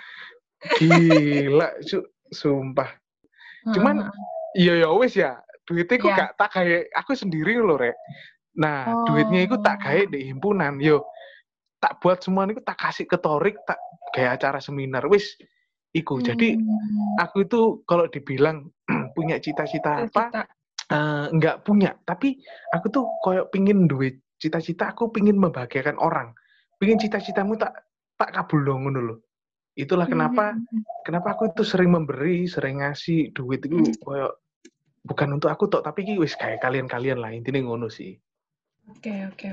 Gila, sumpah. Cuman iya wes ya, duitnya ku gak tak kayak aku sendiri lho, Rek. Nah, duitnya itu tak kayak di himpunan. Yo, tak buat semua ini tak kasih ke Torik, tak kayak acara seminar. Wis, iku. Jadi aku itu kalau dibilang punya cita-cita apa? Enggak punya. Tapi aku tuh kayak pingin duit cita-cita. Aku pingin membahagiakan orang. Pingin cita-citamu tak kabul dong ngono. Itulah kenapa aku itu sering memberi, sering ngasih duit itu kayak bukan untuk aku tok, tapi wis kayak kalian-kalian lah intinya ngono sih. Oke.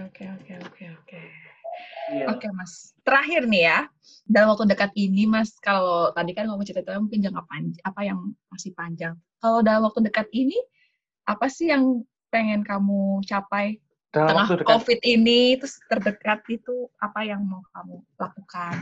Oke, Mas. Terakhir nih ya, dalam waktu dekat ini, Mas, kalau tadi kan ngomong cerita mungkin jangka panjang, apa yang masih panjang. Kalau dalam waktu dekat ini, apa sih yang pengen kamu capai dalam tengah COVID ini, terus terdekat itu, apa yang mau kamu lakukan?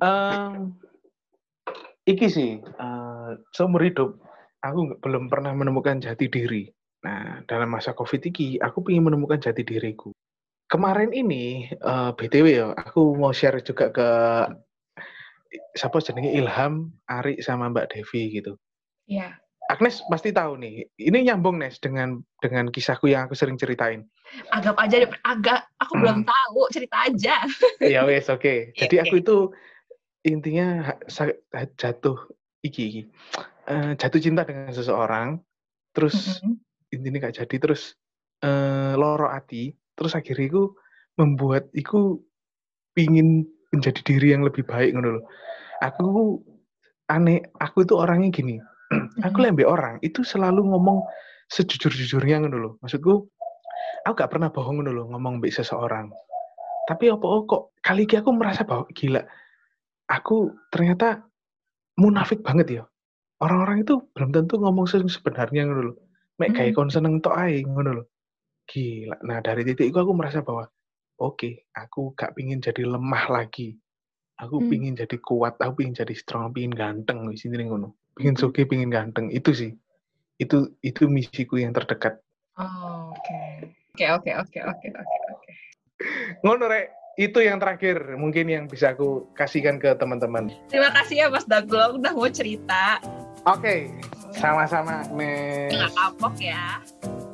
Iki sih, seumur hidup, aku belum pernah menemukan jati diri. Nah, dalam masa COVID ini, aku ingin menemukan jati diriku. Kemarin ini, BTW ya, aku mau share juga ke siapa jenenge Ilham, Ari, sama Mbak Devi gitu. Iya. Agnes pasti tahu nih, ini nyambung Nes dengan kisahku yang aku sering ceritain. Aku belum tahu, cerita aja. Ya wes, oke. Jadi aku itu intinya jatuh cinta dengan seseorang, terus intinya gak jadi, terus loro ati, terus akhirnya aku membuat aku pingin menjadi diri yang lebih baik ngono loh. Aku itu orangnya gini. Aku lembe orang itu selalu ngomong sejujur-jujurnya ngono loh. Maksudku aku gak pernah bohong ngono loh ngomong mbek seseorang. Tapi kok kali ini aku merasa bahwa gila. Aku ternyata munafik banget ya. Orang-orang itu belum tentu ngomong sebenarnya ngono loh. Mek gawe kon seneng tok ae ngono loh. Gila. Nah, dari titik itu aku merasa bahwa oke, aku gak pingin jadi lemah lagi. Aku pingin jadi kuat, aku pingin jadi strong, pingin ganteng di sini ngono. Pingin suki, pingin ganteng. Itu sih. Itu misiku yang terdekat. Oke. Ngono Rek, itu yang terakhir mungkin yang bisa aku kasihkan ke teman-teman. Terima kasih ya Mas Daglong udah mau cerita. Oke, sama-sama Agnes. Nggak kapok ya.